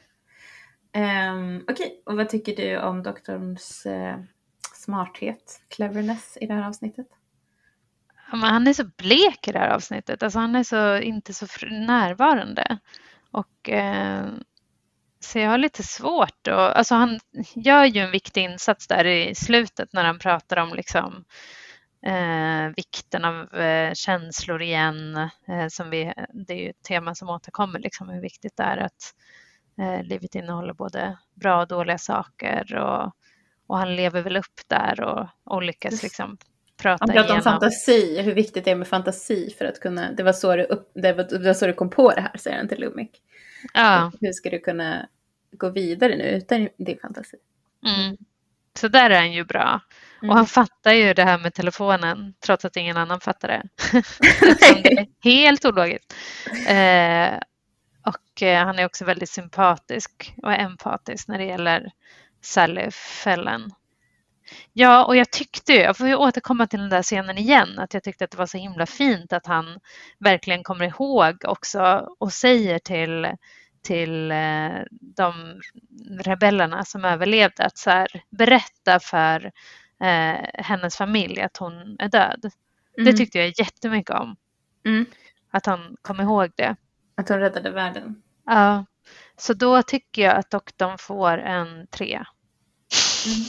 Um, Okej, okay. Och vad tycker du om doktorns uh, smarthet, cleverness i det här avsnittet? Ja, men han är så blek i det här avsnittet. Alltså han är så inte så närvarande. Och uh, så jag har lite svårt. Och, alltså han gör ju en viktig insats där i slutet när han pratar om liksom Eh, vikten av eh, känslor igen, eh, som vi, det är ju ett tema som återkommer, liksom, hur viktigt det är att eh, livet innehåller både bra och dåliga saker och, och han lever väl upp där och, och lyckas liksom prata han pratar om fantasi, hur viktigt det är med fantasi för att kunna, det var så du, upp, det var, det var så du kom på det här, säger han till Lumik. Ja. Hur ska du kunna gå vidare nu utan din fantasi? Mm. Så där är han ju bra. Mm. Och han fattar ju det här med telefonen trots att ingen annan fattar det. Det är helt ologiskt. Eh, och eh, han är också väldigt sympatisk och empatisk när det gäller Sally Fällen. Ja, och jag tyckte, jag får ju återkomma till den där scenen igen, att jag tyckte att det var så himla fint att han verkligen kommer ihåg också och säger till till eh, de rebellerna som överlevde att så här, berätta för eh, hennes familj att hon är död. Mm. Det tyckte jag jättemycket om. Mm. Att han kom ihåg det. Att hon räddade världen. Ja. Så då tycker jag att doktorn får en tre. Mm.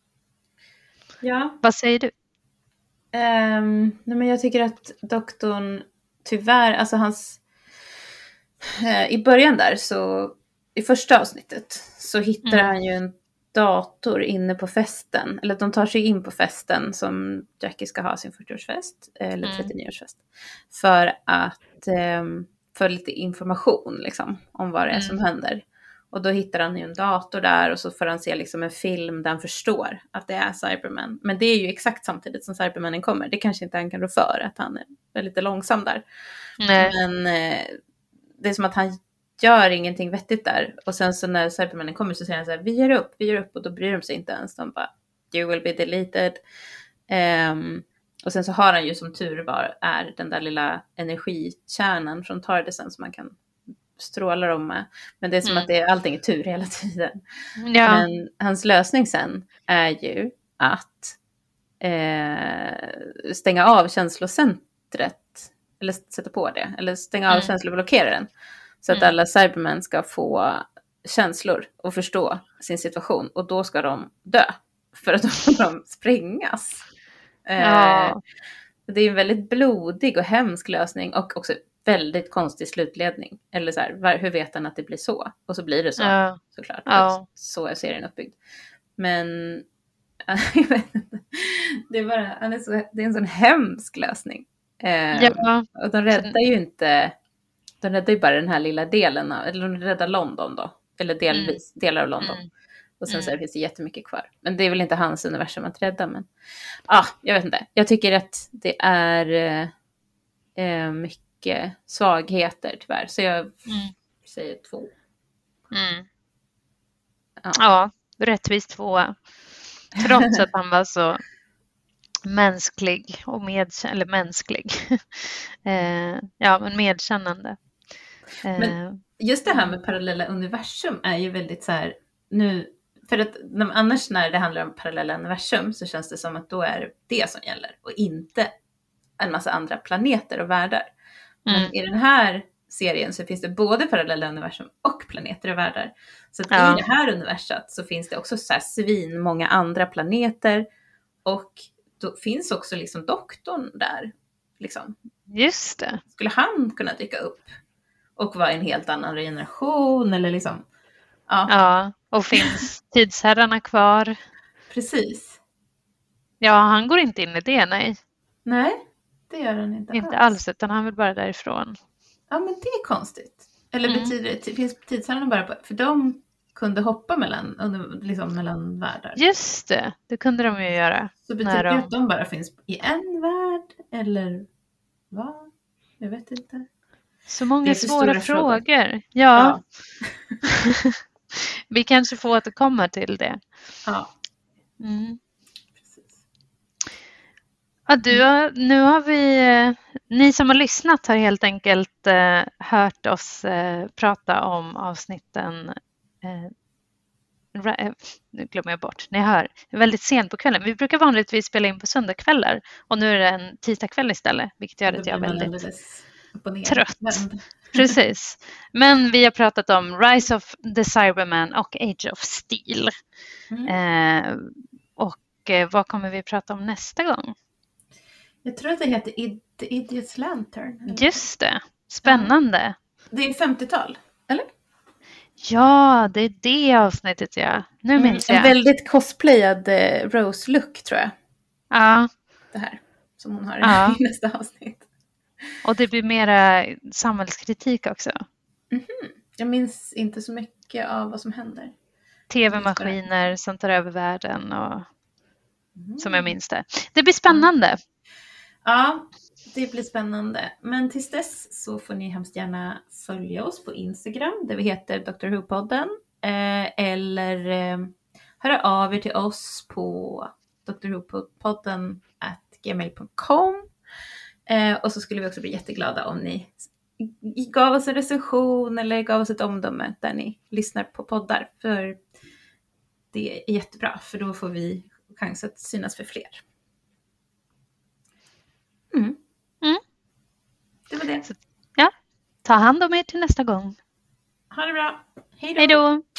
Ja. Vad säger du? Um, nej men jag tycker att doktorn tyvärr, alltså hans i början där så i första avsnittet så hittar mm. han ju en dator inne på festen, eller de tar sig in på festen som Jackie ska ha sin fyrtioårsfest eller mm. trettionioårsfest för att um, få lite information liksom om vad det är mm. som händer. Och då hittar han ju en dator där och så får han se liksom en film där han förstår att det är Cyberman. Men det är ju exakt samtidigt som Cybermanen kommer. Det kanske inte han kan rå för att han är lite långsam där. Nej. Men eh, det är som att han gör ingenting vettigt där. Och sen så när Cybermanen kommer så säger han så här, vi gör upp, vi gör upp. Och då bryr de sig inte ens. De bara, you will be deleted. Um, och sen så har han ju som tur var är den där lilla energikärnan från TARDISen som man kan stråla dem med. Men det är som mm. att det är, allting är tur hela tiden. Ja. Men hans lösning sen är ju att eh, stänga av känslocentret. Eller sätta på det. Eller stänga av mm. känsloblockeraren. Så att mm. alla Cybermen ska få känslor och förstå sin situation. Och då ska de dö. För att då får de sprängas. Ja. Eh, Det är en väldigt blodig och hemsk lösning och också väldigt konstig slutledning. Eller så här, var, hur vet han att det blir så? Och så blir det så, Ja. såklart. Ja. Så är serien uppbyggd. Men jag vet inte. Det är bara, han är så, det är en sån hemsk lösning. Eh, Ja. Och de räddar ju inte, de räddar ju bara den här lilla delen av, eller de räddar London då. Eller delvis, mm. delar av London. Mm. Och sen Mm. så här finns det jättemycket kvar. Men det är väl inte hans universum att rädda. Men ah, jag vet inte. Jag tycker att det är eh, mycket svagheter tyvärr. Så jag mm. säger två. Mm. Ja. ja, rättvist två. Trots att han var så mänsklig och medkännande, eller mänsklig. eh, ja, men medkännande. Eh, men just det här med parallella universum är ju väldigt så här nu. För att annars när det handlar om parallella universum så känns det som att då är det som gäller och inte en massa andra planeter och världar. Mm. Men i den här serien så finns det både parallella universum och planeter och världar. Så att ja. i det här universat så finns det också så här svin många andra planeter och då finns också liksom doktorn där. Liksom. Just det. Skulle han kunna dyka upp och vara en helt annan generation eller liksom... Ja, ja och finns tidsherrarna kvar? Precis. Ja, han går inte in i det, nej. Nej, det gör han inte, inte alls. alls. Utan han vill bara därifrån. Ja, men det är konstigt. Eller mm. betyder det, finns tidsherrarna bara på... För de kunde hoppa mellan, liksom mellan världar. Just det, det kunde de ju göra. Så betyder det de... att de bara finns i en värld? Eller vad? Jag vet inte. Så många svåra frågor. frågor. Ja. ja. Vi kanske får återkomma till det. Ja. Mm. Precis. Ja, du har, nu har vi, ni som har lyssnat har helt enkelt eh, hört oss eh, prata om avsnitten. Eh, nu glömmer jag bort. Ni hör, det är väldigt sent på kvällen. Vi brukar vanligtvis spela in på söndagskvällar och nu är det en tisdagkväll istället, vilket gör att jag är väldigt trött. Precis. Men vi har pratat om Rise of the Cyberman och Age of Steel. Mm. Eh, och eh, vad kommer vi prata om nästa gång? Jag tror att det heter Id- The Idiot's Lantern. Eller? Just det. Spännande. Ja. Det är femtiotal, eller? Ja, det är det avsnittet, ja. Nu mm, minns jag. En väldigt cosplayad eh, Rose-look, tror jag. Ja. Det här, som hon har ja. i nästa avsnitt. Och det blir mera samhällskritik också. Mm-hmm. Jag minns inte så mycket av vad som händer. Tv-maskiner som tar över världen och mm. som jag minns det. Det blir spännande. Ja, det blir spännande. Men tills dess så får ni hemskt gärna följa oss på Instagram där vi heter Doctor Who-podden. Eh, eller eh, höra av er till oss på drwhopodden at gmail dot com. Eh, och så skulle vi också bli jätteglada om ni gav oss en recension eller gav oss ett omdöme där ni lyssnar på poddar. För det är jättebra, för då får vi chans att synas för fler. Mm. Mm. Det var det. Så, ja, ta hand om er till nästa gång. Ha det bra. Hej då. Hej då.